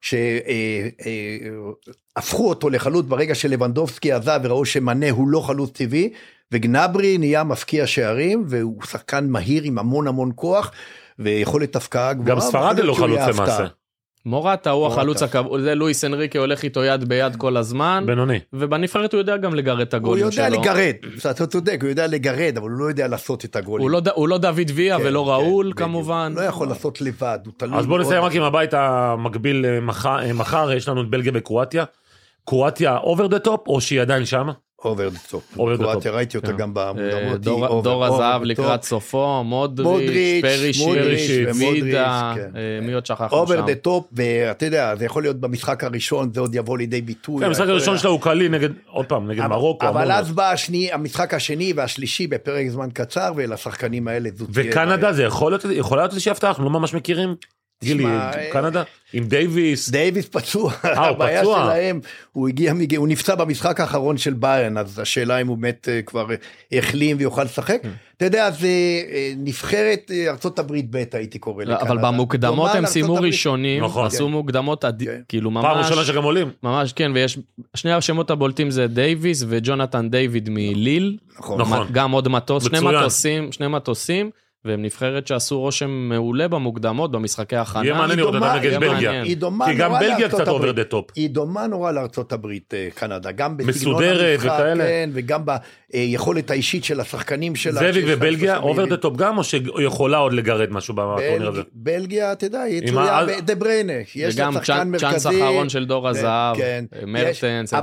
שהפכו אותו לחלוץ ברגע שלוונדובסקי עזב וראו שמנה הוא לא חלוץ טבעי, וגנברי נהיה מפקיע שערים, והוא שחקן מהיר עם המון המון כוח, ויכולת הפקעה גבוהה. גם ספרד לא חלוץ למעשה. מורטה הוא החלוץ זה לואיס אנריקה הולך איתו יד ביד כל הזמן. בינוני. ובנבחרת הוא יודע גם לגרד את הגולים שלו. הוא יודע לגרד, אתה צודק, הוא יודע לגרד, אבל הוא לא יודע לעשות את הגולים. הוא לא דוד ויה ולא ראול כמובן. לא יכול לעשות לבד, הוא תלוי. אז בוא נסיים רק עם הבית המקביל מחר, יש לנו את בלגיה וקרואטיה. קרואטיה אובר דה טופ או שהיא עדיין שם? אובר דה טופ. קרואטיה ראיתי אותה גם במודמות. דור הזהב לקראת סופו, מודריץ', פרישיץ', וידה, מי עוד שכחנו שם. אובר דה טופ, ואתה יודע, זה יכול להיות במשחק הראשון, זה עוד יבוא לידי ביטוי. המשחק הראשון שלה הוא קלי נגד, עוד פעם, נגד מרוקו. אבל אז בא המשחק השני והשלישי בפרק זמן קצר, ולשחקנים האלה זו תהיה. וקנדה זה יכולה להיות איזושהי הפתעה, אנחנו לא ממש מכירים. גילי, קנדה, עם דייביס. דייביס פצוע, הבעיה שלהם, הוא נפצע במשחק האחרון של ביירן, אז השאלה אם הוא באמת כבר החלים ויוכל לשחק. אתה יודע, זה נבחרת ארצות הברית בית, הייתי קורא לקנדה. אבל במוקדמות הם סיימו ראשונים, עשו מוקדמות, כאילו ממש... פעם ראשונה שגם עולים. ממש, כן, ויש, שני השמות הבולטים זה דייביס וג'ונתן דיוויד מליל. נכון. גם עוד מטוס, שני מטוסים. והם נבחרת שעשו רושם מעולה במוקדמות, במשחקי הכנה. יהיה מעניין לראות אותה נגד בלגיה. כי גם בלגיה קצת אובר דה טופ. היא דומה נורא לארצות הברית, קנדה. גם מסודרת וכאלה. וגם ביכולת האישית של השחקנים שלה. זאביק ובלגיה, אובר דה טופ גם, או שיכולה עוד לגרד משהו בטורניר הזה? בלגיה, אתה יודע, היא תלויה דה בריינה. וגם צ'אנס אחרון של דור הזהב, מרטנס,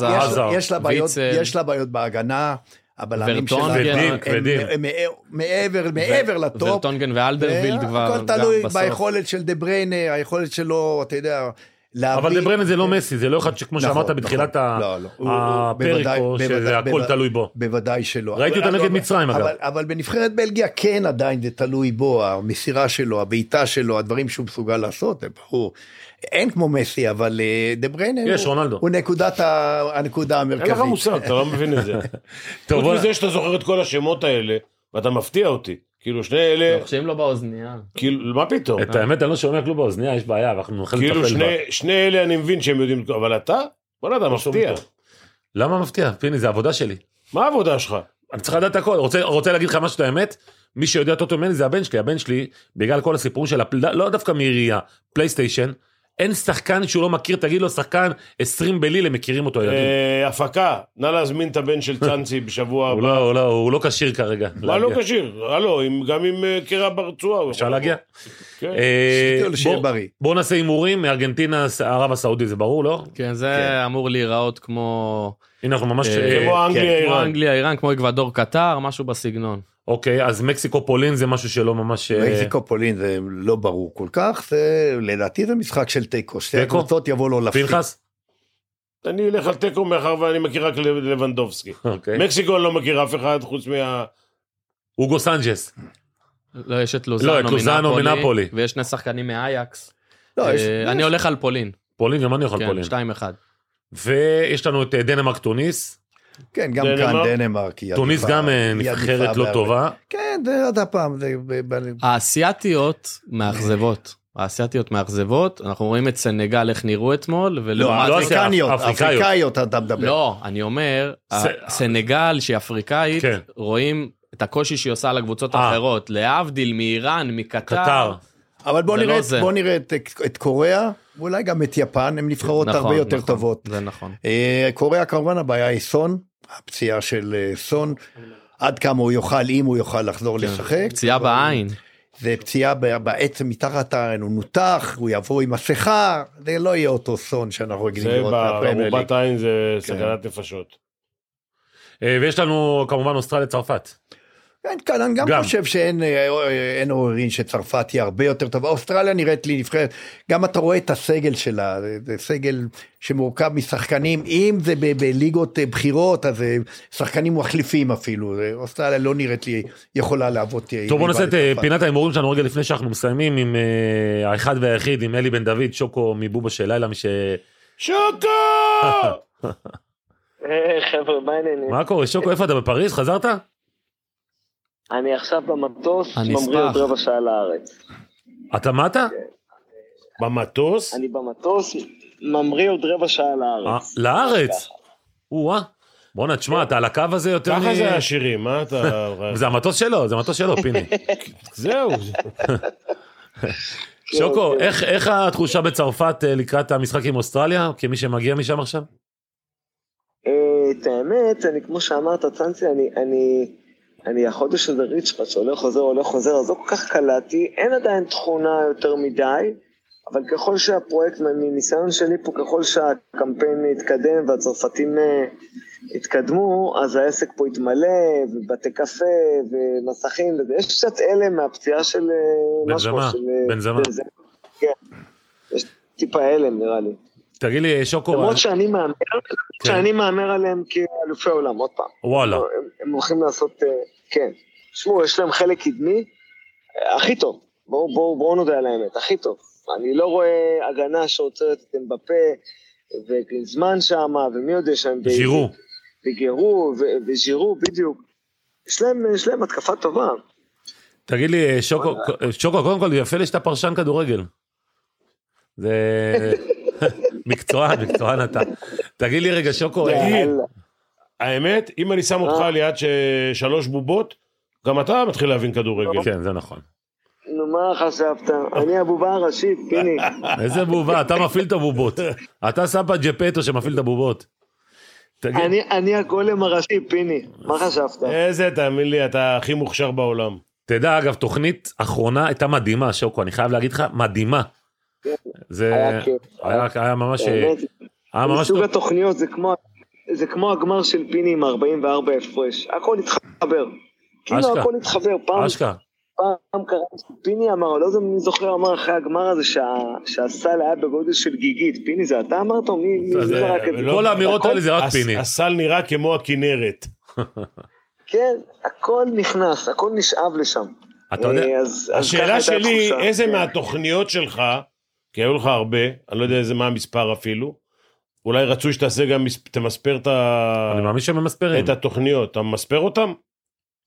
יש לה בעיות בהגנה. הבלמים שלה מעבר לטופ, ורטונגן ואלדרווילד כבר הכל תלוי ביכולת של דה בריינה, היכולת שלו, אתה יודע, אבל דה בריינה זה לא מסי, זה לא אחד שכמו שאמרת בתחילת הפרק, שהכל תלוי בו. בוודאי שלא. ראיתי אותה נגד מצרים אגב. אבל בנבחרת בלגיה כן עדיין זה תלוי בו, המסירה שלו, הבעיטה שלו, הדברים שהוא מסוגל לעשות, ברור. אין כמו מסי, אבל דה בריינה הוא הנקודה המרכזית. אין לך מושג, אתה לא מבין את זה. חוץ מזה שאתה זוכר את כל השמות האלה, ואתה מפתיע אותי. כאילו שני אלה... לוחשים לו באוזנייה. כאילו, מה פתאום? את האמת, אני לא שומע כלום באוזניה, יש בעיה, ואנחנו נוכל כאילו לטפל בה. שני אלה אני מבין שהם יודעים, אבל אתה? בוא נדע, מפתיע. למה מפתיע? פיני, זה עבודה שלי. מה העבודה שלך? אני צריך לדעת הכל, רוצה להגיד לך משהו את האמת, מי שיודע אותו ממני זה הבן שלי, בגלל כל הסיפור של לא דווקא מעירייה, פלייסטיישן, אין שחקן שהוא לא מכיר, תגיד לו שחקן 20 בליל, הם מכירים אותו ילדים. הפקה, נא להזמין את הבן של צאנצי בשבוע הבא. הוא לא קשיר כרגע. מה לא קשיר? הלו, גם עם קרע ברצועה. אפשר להגיע? כן. בואו נעשה הימורים, מארגנטינה, ערב הסעודי, זה ברור, לא? כן, זה אמור להיראות כמו... הנה אנחנו ממש... כמו אנגליה, איראן, כמו אקוודור, קטר, משהו בסגנון. אוקיי, אז מקסיקו פולין זה משהו שלא ממש... מקסיקו פולין זה לא ברור כל כך, לדעתי זה משחק של תיקו, שתי הקבוצות יבוא לו להפסיק. פנחס? אני אלך על תיקו מאחר ואני מכיר רק לבנדובסקי. מקסיקו אני לא מכיר אף אחד חוץ מה... אוגו סנג'ס. לא, יש את לוזאנו מנפולי. ויש שני שחקנים מאייקס. אני הולך על פולין. פולין, גם אני הולך על פולין. 2-1. ויש לנו את דנמרק טוניס. כן, גם כאן דנמרק. טוניס גם נבחרת לא טובה. כן, זה עוד הפעם. האסייתיות מאכזבות, אנחנו רואים את סנגל איך נראו אתמול, לא, אפריקאיות אתה מדבר. לא, אני אומר, סנגל שהיא אפריקאית, רואים את הקושי שהיא עושה על הקבוצות האחרות, להבדיל מאיראן, מקטר. אבל בוא נראה את קוריאה, ואולי גם את יפן, הן נבחרות הרבה יותר טובות. זה נכון. קוריאה כמובן הבעיה היא סון, הפציעה של סון, עד כמה הוא יוכל, אם הוא יוכל לחזור לשחק. פציעה בעין. זה פציעה בעצם מתחת העין, הוא נותח, הוא יבוא עם מסכה, זה לא יהיה אותו סון שאנחנו רגילים לראות מהפרמייר ליג. במבט העין זה סכנת נפשות. ויש לנו כמובן אוסטרליה צרפת. כן, אני גם חושב שאין עוררין שצרפת היא הרבה יותר טובה, אוסטרליה נראית לי נבחרת, גם אתה רואה את הסגל שלה, זה סגל שמורכב משחקנים, אם זה בליגות בחירות, אז שחקנים מחליפים אפילו, אוסטרליה לא נראית לי יכולה לעבוד. טוב, בוא נעשה את פינת ההימורים שלנו רגע לפני שאנחנו מסיימים עם האחד והיחיד, עם אלי בן דוד, שוקו מבובה של לילה, שוקו! חבר'ה, מה העניינים? מה קורה, שוקו, איפה אתה בפריז? חזרת? אני עכשיו במטוס, ממריא עוד רבע שעה לארץ. אתה מה אתה? במטוס? אני במטוס, ממריא עוד רבע שעה לארץ. לארץ? בוא נתשמע, אתה על הקו הזה יותר ככה זה השירים, מה אתה... זה המטוס שלו, פיני. זהו. שוקו, איך התחושה בצרפת לקראת המשחק עם אוסטרליה, כמי שמגיע משם עכשיו? את האמת, כמו שאמרת, צאנצי, אני החודש הזה ריצ'פט שהולך חוזר, אז לא כל כך קלטתי, אין עדיין תכונה יותר מדי, אבל ככל שהפרויקט, מניסיון שלי פה, ככל שהקמפיין יתקדם והצרפתים יתקדמו, אז העסק פה יתמלא, ובתי קפה, ומסכים, ויש קצת אלה מהפציעה של בנזמה. כן, יש טיפה אלה נראה לי. תגיד לי, שוקו... למרות שאני מאמר עליהם כאלופי עולם, עוד פעם. וואלה. הם הולכים לעשות, כן. שמעו, יש להם חלק קדמי, הכי טוב. בואו נודע על האמת, הכי טוב. אני לא רואה הגנה שעוצרת את אמבפה, וגריזמן שם, ומי יודע שהם... ז'ירו. וז'ירו, בדיוק. יש להם התקפה טובה. תגיד לי, שוקו, קודם כל, יפה לי שאתה פרשן כדורגל. זה... מקצוען אתה. תגיד לי רגע, שוקו, האמת, אם אני שם אותך ליד 3 בובות, גם אתה מתחיל להבין כדורגל. כן, זה נכון. נו, מה חשבת? אני הבובה הראשית, פיני. איזה בובה? אתה מפעיל את הבובות. אתה סבא ג'פטו שמפעיל את הבובות. אני הגולם הראשי, פיני. מה חשבת? איזה, תאמין לי, אתה הכי מוכשר בעולם. תדע, אגב, תוכנית אחרונה הייתה מדהימה, שוקו, אני חייב להגיד לך, מדהימה. זה היה ממש סוג התוכניות, זה כמו הגמר של פיני עם 44 הפרש, הכל התחבר, כאילו הכל התחבר, פעם קראתי, פיני אמר, לא זוכר, אמר אחרי הגמר הזה שהסל היה בגודל של גיגית, פיני זה אתה אמרת או מי זרק את זה? כל האמירות האלה זה רק פיני. הסל נראה כמו הכנרת. כן, הכל נכנס, הכל נשאב לשם. השאלה שלי, איזה מהתוכניות שלך, כי היו לך הרבה, אני לא יודע איזה מה המספר אפילו, אולי רצו שתעשה גם, תמספר אני מאמין שממספרים. את התוכניות, אתה ממספר אותם?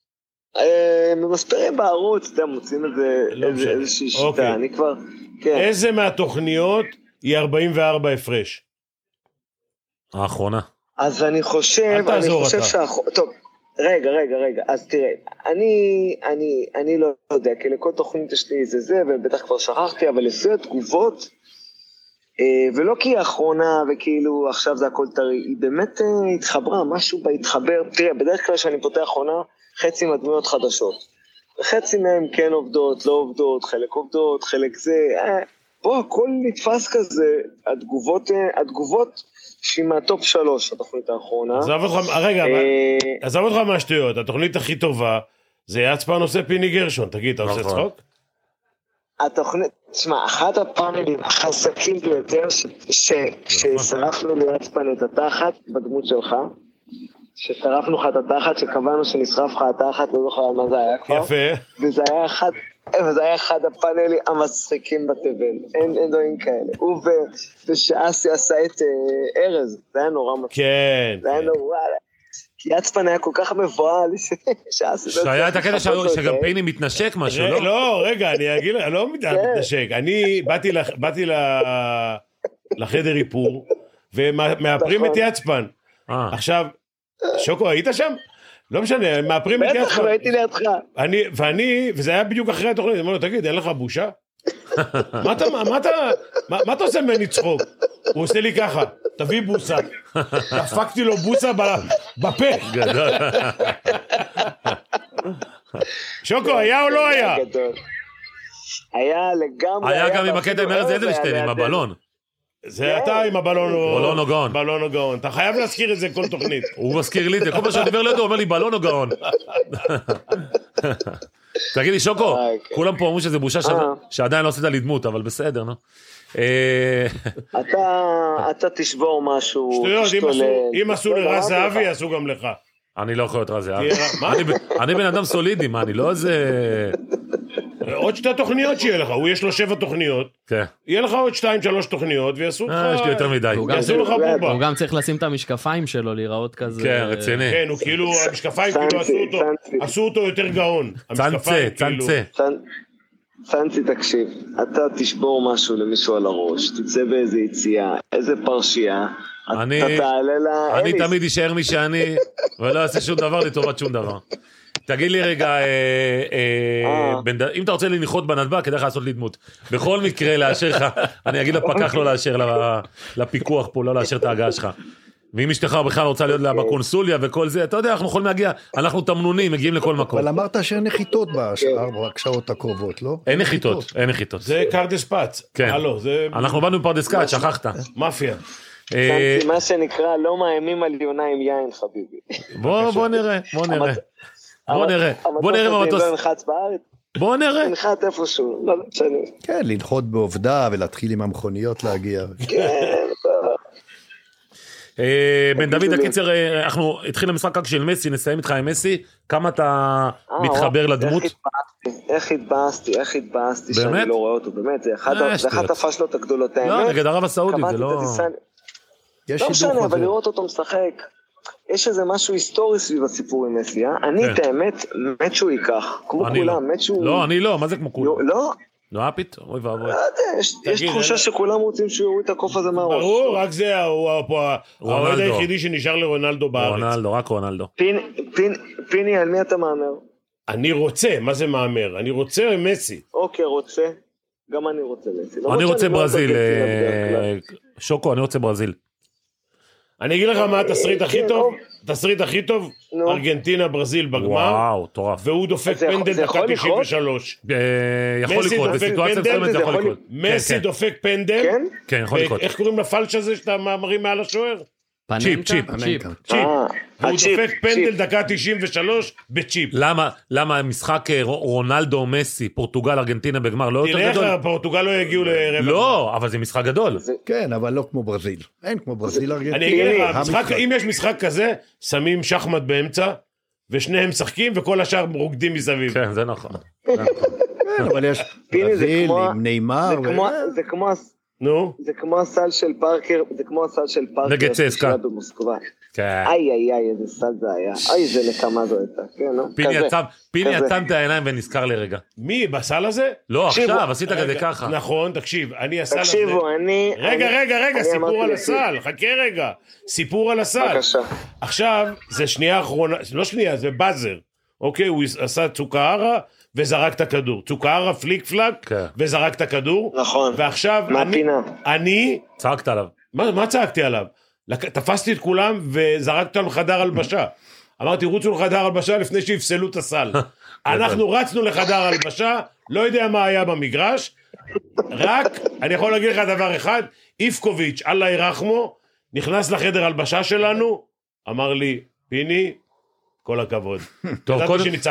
ממספרים בערוץ, אתם מוצאים איזושהי שיטה, אני כבר, כן. איזה מהתוכניות היא 44 הפרש? האחרונה. אז אני חושב טוב, רגע, אז תראה, אני לא יודע, כי לכל תוכנית יש לי זה, ובטח כבר שכחתי, אבל לפי התגובות, ולא כי היא האחרונה, וכאילו עכשיו זה הכל טרי, היא באמת התחברה, משהו בהתחבר, תראה, בדרך כלל שאני פותח עונה, חצי מהדמויות חדשות, וחצי מהם כן עובדות, לא עובדות, חלק עובדות, חלק זה, פה הכל נתפס כזה, התגובות שהיא מהטופ 3, התוכנית האחרונה. עזוב אותך מהשטויות, התוכנית הכי טובה, זה יצפן עושה פיני גרשון, תגיד, אתה עושה צחוק? התוכנית, תשמע, אחד הפאנלים החזקים ביותר, ששרפנו ליצפן את התחת בדמות שלך, ששרפנו לך את התחת, שקבענו שנשרף לך את התחת, לא זוכר מה זה היה כבר. יפה. וזה היה אחד הפאנלים המצחיקים בתבל, אין דברים כאלה. הוא ושאסי עשה את ארז, זה היה נורא מצחיק. כן. זה היה נורא, כי יצפן היה כל כך מבועל, שאסי... שהיה את הקטע שגם פיני מתנשק משהו, לא? לא, רגע, אני אגיד לך, לא מתנשק. אני באתי לחדר איפור, ומאפרים את יצפן. עכשיו, שוקו, היית שם? לא משנה, מאפרים את יצפן. בטח, הייתי לידך. וזה היה בדיוק אחרי התוכנית, אמרו לו, תגיד, אין לך בושה? מה אתה עושה ממני צחוק? הוא עושה לי ככה, תביא בוסה. דפקתי לו בוסה בפה. שוקו, היה או לא היה? היה לגמרי. היה גם עם הקטע עם ארז אדלשטיין, עם הבלון. זה אתה עם הבלון או גאון. בלון או גאון. אתה חייב להזכיר את זה כל תוכנית. הוא מזכיר לי את זה, כל מה שאני דבר לידו, הוא אומר לי בלון או גאון. תגיד לי, שוקו, כולם פה אמרו שזה בושה שעדיין לא עשית לי דמות, אבל בסדר, נו. אתה תשבור משהו. שטויות, אם עשו לרז זהבי, יעשו גם לך. אני לא יכול להיות רז זהבי. אני בן אדם סולידי, מה, אני לא איזה... עוד 2 תוכניות שיהיה לך, הוא יש לו 7 תוכניות, יהיה לך עוד 2-3 תוכניות, ויעשו לך... יש לי יותר מדי. הוא גם צריך לשים את המשקפיים שלו, להיראות כזה... כן, רציני. כן, הוא כאילו, המשקפיים כאילו עשו אותו יותר גאון. צנצה. צנצי, תקשיב, אתה תשבור משהו למישהו על הראש, תצא באיזה יציאה, איזה פרשייה, אתה תעלה לאליס. אני תמיד אשאר מי שאני, ולא אעשה שום דבר לטובת שום דבר. תגיד לי רגע, אם אתה רוצה לנחות בנתב"ג, כדאי לך לעשות לי דמות. בכל מקרה, לאשר לך, אני אגיד לפקח לא לאשר, לפיקוח פה, לא לאשר את ההגעה שלך. ואם אשתך בכלל רוצה להיות לה בקונסוליה וכל זה, אתה יודע, אנחנו יכולים להגיע, אנחנו תמנונים, מגיעים לכל מקום. אבל אמרת שאין נחיתות בשעות הקרובות, לא? אין נחיתות. זה קרדספץ. כן. אנחנו באנו בפרדסקאט, שכחת. מאפיה. מה שנקרא, לא מאיימים על יונה עם יין, חביבי. בוא נראה. בוא נראה במטוס. בוא נראה. ננחת איפשהו, לא משנה. כן, לנחות בעובדה ולהתחיל עם המכוניות להגיע. כן, בן דוד, הקיצר, אנחנו התחיל המשחק רק של מסי, נסיים איתך עם מסי, כמה אתה מתחבר לדמות? איך התבאסתי שאני לא רואה אותו, באמת, זה אחת הפשלות הגדולות, האמת. לא, נגד ערב הסעודית, זה לא... לא משנה, אבל לראות אותו משחק, יש איזה משהו היסטורי סביב הסיפור עם מסי, אני את האמת, מת שהוא ייקח, כמו כולם, מת שהוא... לא, אני לא, מה זה כמו כולם? לא? לא, פתאום, אוי ואבוי. יש תחושה שכולם רוצים שהוא יוריד את הקוף הזה מהראש. ברור, רק זה האוהד היחידי שנשאר לרונלדו בארץ. רונלדו, רק רונלדו. פיני, על מי אתה מאמר? אני רוצה, מה זה מאמר? אני רוצה מסי. אוקיי, רוצה. גם אני רוצה מסי. אני רוצה ברזיל. שוקו, אני רוצה ברזיל. אני אגיד לך מה התסריט הכי טוב, ארגנטינה ברזיל בגמר, וואו, טורף. והוא דופק פנדל דקה 93. יכול לקרות, בסיטואציה מסוימת זה יכול לקרות. מסי דופק פנדל, כן, יכול לקרות. איך קוראים לפלש הזה שאתה מרים מעל השוער? צ'יפ. והוא דופק פנדל דקה 93 בצ'יפ. למה משחק רונלדו מסי, פורטוגל, ארגנטינה בגמר לא יותר גדול? תראה איך פורטוגל לא יגיעו לרבע. לא, אבל זה משחק גדול. כן, אבל לא כמו ברזיל. אין כמו ברזיל ארגנטינה. אני אגיד לך, אם יש משחק כזה, שמים שחמט באמצע, ושניהם משחקים, וכל השאר רוקדים מסביב. כן, זה נכון. אבל יש ברזיל עם ניימר. זה כמו... נו? זה כמו הסל של פארקר, נגד צסקה. איי, איזה סד זה היה. אוי, זה נקמה זו הייתה. כן, נו? פיני עצם את העיניים ונזכר לרגע. מי, בסל הזה? לא, עכשיו, עשית כזה ככה. נכון, תקשיב, אני הסל הזה... תקשיבו, רגע, סיפור על הסל, חכה רגע. סיפור על הסל. בבקשה. עכשיו, זה שנייה האחרונה, לא שנייה, זה באזר. אוקיי, הוא עשה צוקהרה וזרק את הכדור. צוקהרה פליק פלק וזרק את הכדור. נכון. ועכשיו אני... צעקת עליו. מה צעקתי עליו? תפסתי את כולם וזרקתי אותם לחדר הלבשה. אמרתי, רוצו לחדר הלבשה לפני שיפסלו את הסל. אנחנו רצנו לחדר הלבשה, לא יודע מה היה במגרש, רק, אני יכול להגיד לך דבר אחד, איפקוביץ', אללה ירחמו, נכנס לחדר הלבשה שלנו, אמר לי, פיני, כל הכבוד. טוב,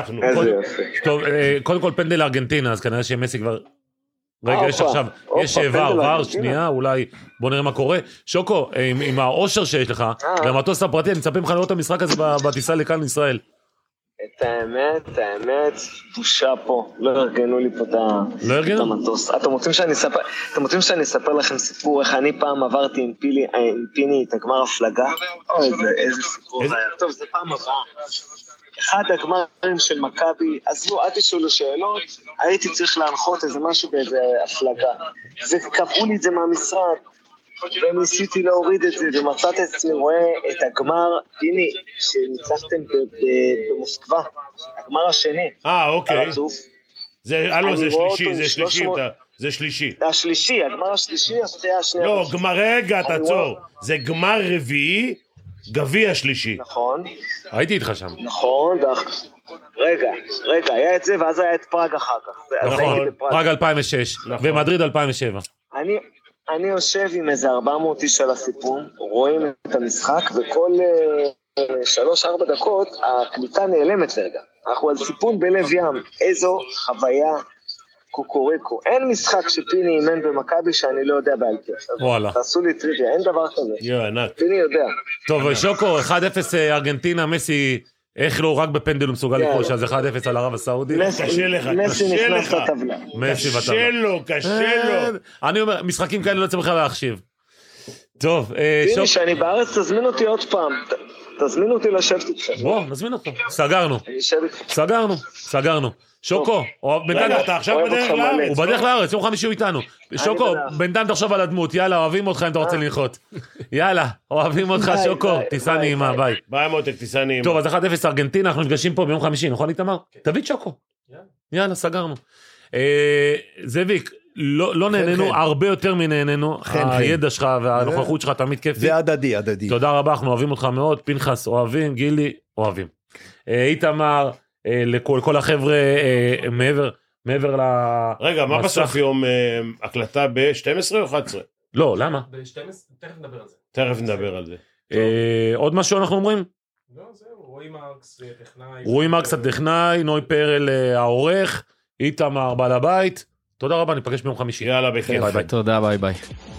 קודם כל פנדל ארגנטינה, אז כנראה שמסי כבר... רגע, יש עכשיו, יש ור, שנייה, אולי בוא נראה מה קורה. שוקו, עם האושר שיש לך, והמטוס הפרטי, אני מצפה ממך לראות את המשחק הזה בטיסה לכאן לישראל. את האמת, בושה פה, לא ארגנו לי פה את המטוס. אתם רוצים שאני אספר לכם סיפור, איך אני פעם עברתי עם פיני את הגמר הפלגה? אוי, איזה סיפור זה היה. טוב, זה פעם הבאה. אחד הגמרים של מכבי, עזבו, אל תשאלו שאלות, הייתי צריך להנחות איזה משהו באיזה הפלגה. וקבעו לי את זה מהמשרד, וניסיתי להוריד את זה, ומצאתי עצמי רואה את הגמר, הנה, שניצחתם במוסקבה, הגמר השני. אוקיי. זה שלישי. השלישי, הגמר השלישי, השנייה. לא, רגע, תעצור. זה גמר רביעי, גביע שלישי. נכון. הייתי איתך שם. נכון, רגע, היה את זה, ואז היה את פראג אחר כך. נכון, פראג 2006, ומדריד 2007. אני יושב עם איזה 400 איש על הסיפון, רואים את המשחק, וכל 3-4 דקות הקליטה נעלמת לרגע. אנחנו על סיפון בלב ים, איזו חוויה קוקוריקו. אין משחק שפיני אימן במכבי שאני לא יודע בעל פה. וואלה. תעשו לי טריוויה, אין דבר כזה. פיני יודע. טוב, שוקו, 1-0 ארגנטינה, מסי, איך לא רק בפנדל הוא מסוגל לכבוש, אז 1-0 על ערב הסעודית. קשה לך. מסי נכנס לטבלה. קשה לו. אני אומר, משחקים כאלה לא צריך בכלל להחשיב. טוב, פיני, שאני בארץ, תזמין אותי עוד פעם. תזמין אותי לשבת איתך. בוא, נזמין אותו. סגרנו. שוקו, אתה עכשיו בדרך לארץ. הוא בדרך לארץ, יום חמישי הוא איתנו. שוקו, בינתיים תחשוב על הדמות, יאללה, אוהבים אותך אם אתה רוצה לנחות. יאללה, אוהבים אותך שוקו, טיסה נעימה, ביי. ביי מותק, טיסה נעימה. טוב, אז 1-0 ארגנטינה, אנחנו נפגשים פה ביום חמישי, נכון איתמר? תביא שוקו. יאללה, סגרנו. זאביק, לא נהנינו, הרבה יותר מנהנינו, הידע שלך והנוכחות שלך תמיד כיפי. זה הדדי. תודה רבה, אנחנו אוהבים אותך מאוד, פנחס אוהבים, גילי אוהבים. איתמר, לכל החבר'ה מעבר ל... רגע, מה בסוף יום הקלטה ב-12 או 11? לא, למה? ב-12, תכף נדבר על זה. עוד משהו אנחנו אומרים? לא, זהו, רועי מרקס הטכנאי, נוי פרל העורך, איתמר בעל הבית. תודה רבה, ניפגש ביום חמישי. יאללה, בכיף. תודה, ביי.